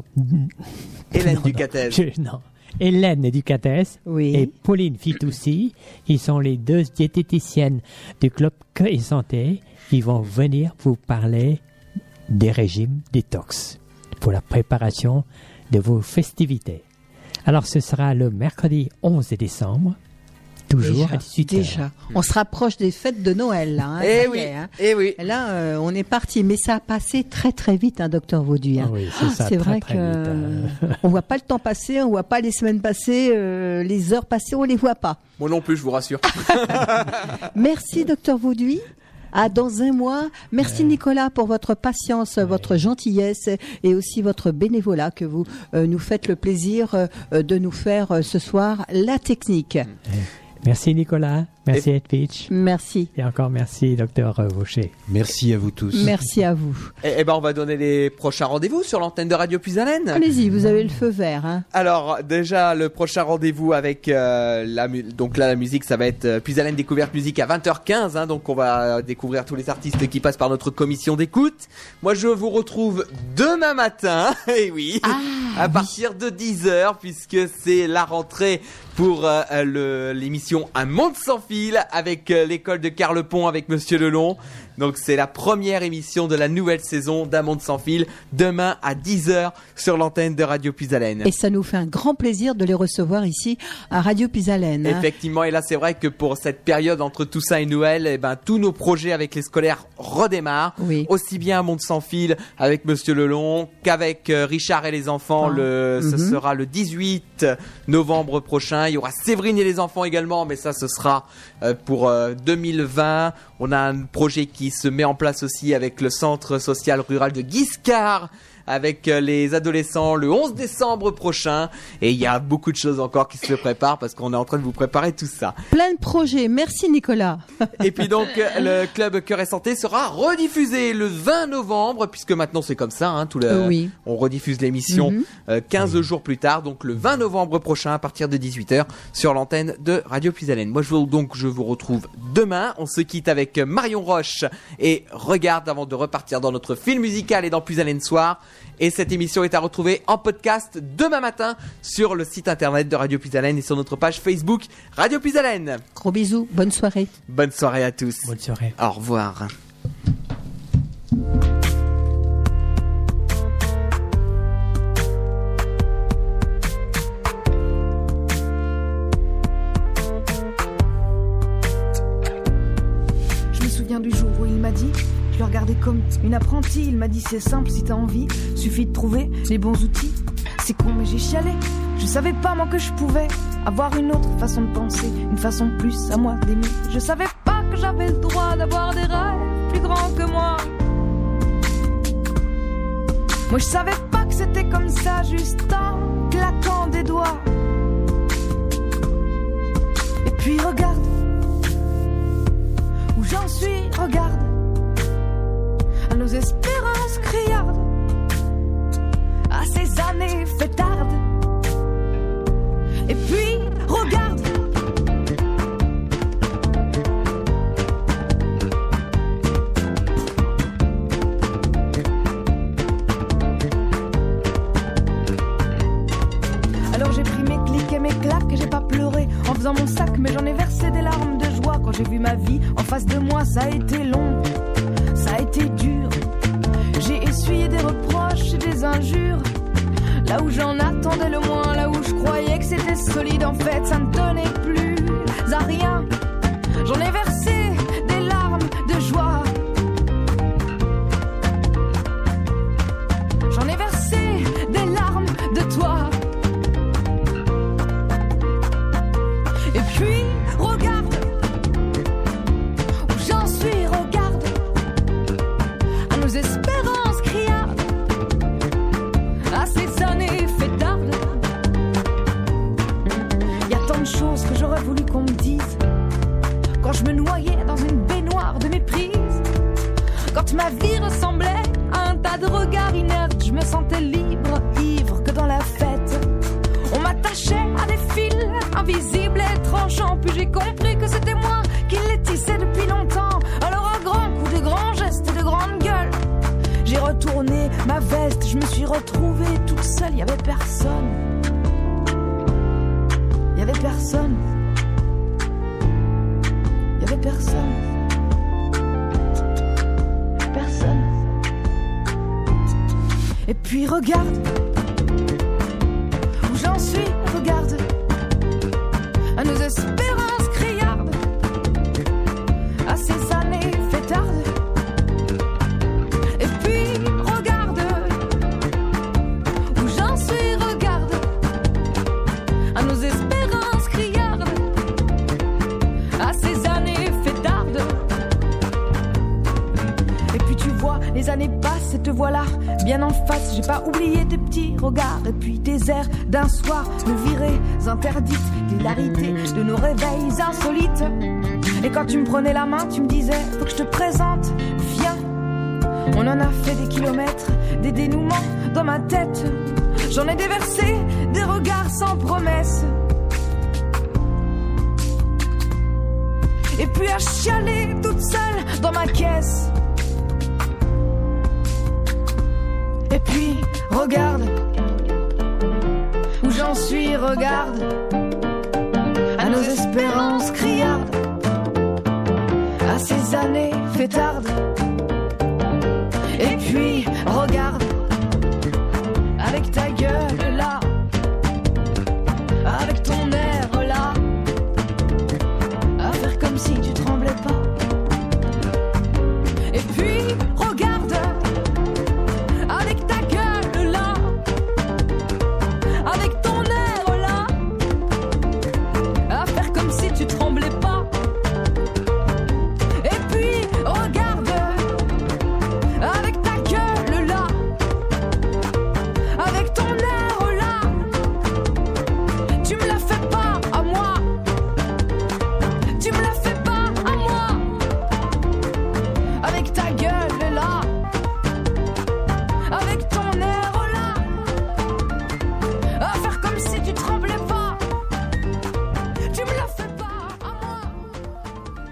Speaker 1: Hélène Ducatès.
Speaker 5: Hélène Ducatès et Pauline Fitoussi, qui sont les deux diététiciennes du club Cœur et Santé. Ils vont venir vous parler des régimes détox pour la préparation de vos festivités. Alors ce sera le mercredi 11 décembre. Toujours à 18h.
Speaker 4: Déjà. On se rapproche des fêtes de Noël, là.
Speaker 1: Oui.
Speaker 4: Là, on est parti. Mais ça a passé très, très vite, docteur Vauduit.
Speaker 5: Oui, c'est ça.
Speaker 4: C'est vrai que on voit pas le temps passer, on voit pas les semaines passer, les heures passer, on les voit pas.
Speaker 1: Moi non plus, je vous rassure.
Speaker 4: Merci, docteur Vauduit. Dans un mois. Merci Nicolas pour votre patience, votre gentillesse et aussi votre bénévolat que vous nous faites le plaisir de nous faire ce soir, la technique.
Speaker 5: Merci Nicolas, merci Edwidge.
Speaker 4: Merci.
Speaker 5: Et encore merci Dr Vaucher.
Speaker 6: Merci à vous tous.
Speaker 4: Merci à vous.
Speaker 1: Et ben on va donner les prochains rendez-vous sur l'antenne de Radio Puisalène.
Speaker 4: Allez-y, vous avez le feu vert. Hein.
Speaker 1: Alors déjà le prochain rendez-vous avec la musique, ça va être Puisalène Découverte Musique à 20h15. Hein, donc on va découvrir tous les artistes qui passent par notre commission d'écoute. Moi je vous retrouve demain matin, et oui, à partir de 10h puisque c'est la rentrée pour l'émission Un monde sans fil avec l'école de Carlepont avec Monsieur Lelon. Donc c'est la première émission de la nouvelle saison d'Un monde sans fil, demain à 10h sur l'antenne de Radio Puisalène.
Speaker 4: Et ça nous fait un grand plaisir de les recevoir ici à Radio Puisalène. Hein.
Speaker 1: Effectivement, et là c'est vrai que pour cette période entre Toussaint et Noël, eh ben, tous nos projets avec les scolaires redémarrent.
Speaker 4: Oui.
Speaker 1: Aussi bien Un monde sans fil avec Monsieur Lelon qu'avec Richard et les enfants. Ce sera le 18 novembre prochain. Il y aura Séverine et les enfants également, mais ça ce sera pour 2020. On a un projet qui se met en place aussi avec le centre social rural de Guiscard, avec les adolescents le 11 décembre prochain. Et il y a beaucoup de choses encore qui se préparent parce qu'on est en train de vous préparer tout ça.
Speaker 4: Plein de projets. Merci Nicolas.
Speaker 1: Et puis donc le club Cœur et Santé sera rediffusé le 20 novembre puisque maintenant c'est comme ça. Hein,
Speaker 4: oui.
Speaker 1: On rediffuse l'émission 15 jours plus tard. Donc le 20 novembre prochain à partir de 18h sur l'antenne de Radio Puisalène. Moi je vous retrouve demain. On se quitte avec Marion Roche et Regarde avant de repartir dans notre film musical et dans Puisalène Soir. Et cette émission est à retrouver en podcast demain matin sur le site internet de Radio Puisalène et sur notre page Facebook Radio Puisalène.
Speaker 4: Gros bisous, bonne soirée.
Speaker 1: Bonne soirée à tous.
Speaker 5: Bonne soirée.
Speaker 1: Au revoir.
Speaker 15: Je me souviens du jour où il m'a dit... Je le regardais comme une apprentie, il m'a dit c'est simple si t'as envie, suffit de trouver les bons outils. C'est con mais j'ai chialé, je savais pas moi que je pouvais avoir une autre façon de penser, une façon plus à moi d'aimer. Je savais pas que j'avais le droit d'avoir des rêves plus grands que moi. Moi je savais pas que c'était comme ça, juste en claquant des doigts. Et puis regarde, où j'en suis, regarde. À nos espérances criardes, à ces années fêtardes. Et puis, regarde. Alors j'ai pris mes clics et mes claques et j'ai pas pleuré en faisant mon sac, mais j'en ai versé des larmes de joie quand j'ai vu ma vie en face de moi. Ça a été long, ça a été dur, j'ai essuyé des reproches et des injures. Là où j'en attendais le moins, là où je croyais que c'était solide, en fait ça ne tenait plus à rien. J'en ai versé des larmes de joie, j'en ai versé des larmes de toi. Et puis regarde où j'en suis, regarde à nos espérances criardes, à ces années fêtardes. Y a tant de choses que j'aurais voulu qu'on me dise quand je me noyais dans une baignoire de méprise, quand ma vie ressemblait à un tas de regards inertes. Je me sentais libre, ivre que dans la fête. On m'attachait à des fils invisibles et tranchants. Puis j'ai compris que c'était moi qui les tissais depuis longtemps. Alors à grands coups de grands gestes et de grandes gueules, j'ai retourné ma veste. Je me suis retrouvée toute seule. Il y avait personne. Il y avait personne. Il y avait personne. Personne. Et puis regarde où j'en suis, regarde à nos espérances criardes, à ces années fêtardes. Et puis regarde où j'en suis, regarde à nos espérances criardes, à ces années fêtardes. Et puis tu vois vois, les années passent et te voilà bien en face. J'ai pas oublié tes petits regards et puis tes airs d'un soir. Nos virées interdites, l'hilarité de nos réveils insolites. Et quand tu me prenais la main, tu me disais faut que je te présente, viens. On en a fait des kilomètres, des dénouements dans ma tête. J'en ai déversé des regards sans promesse. Et puis à chialer toute seule dans ma caisse. Et puis regarde où j'en suis, regarde à nos espérances criardes, à ces années fêtardes. Et puis regarde avec ta gueule là, avec ton air là, à faire comme si tu tremblais pas. Et puis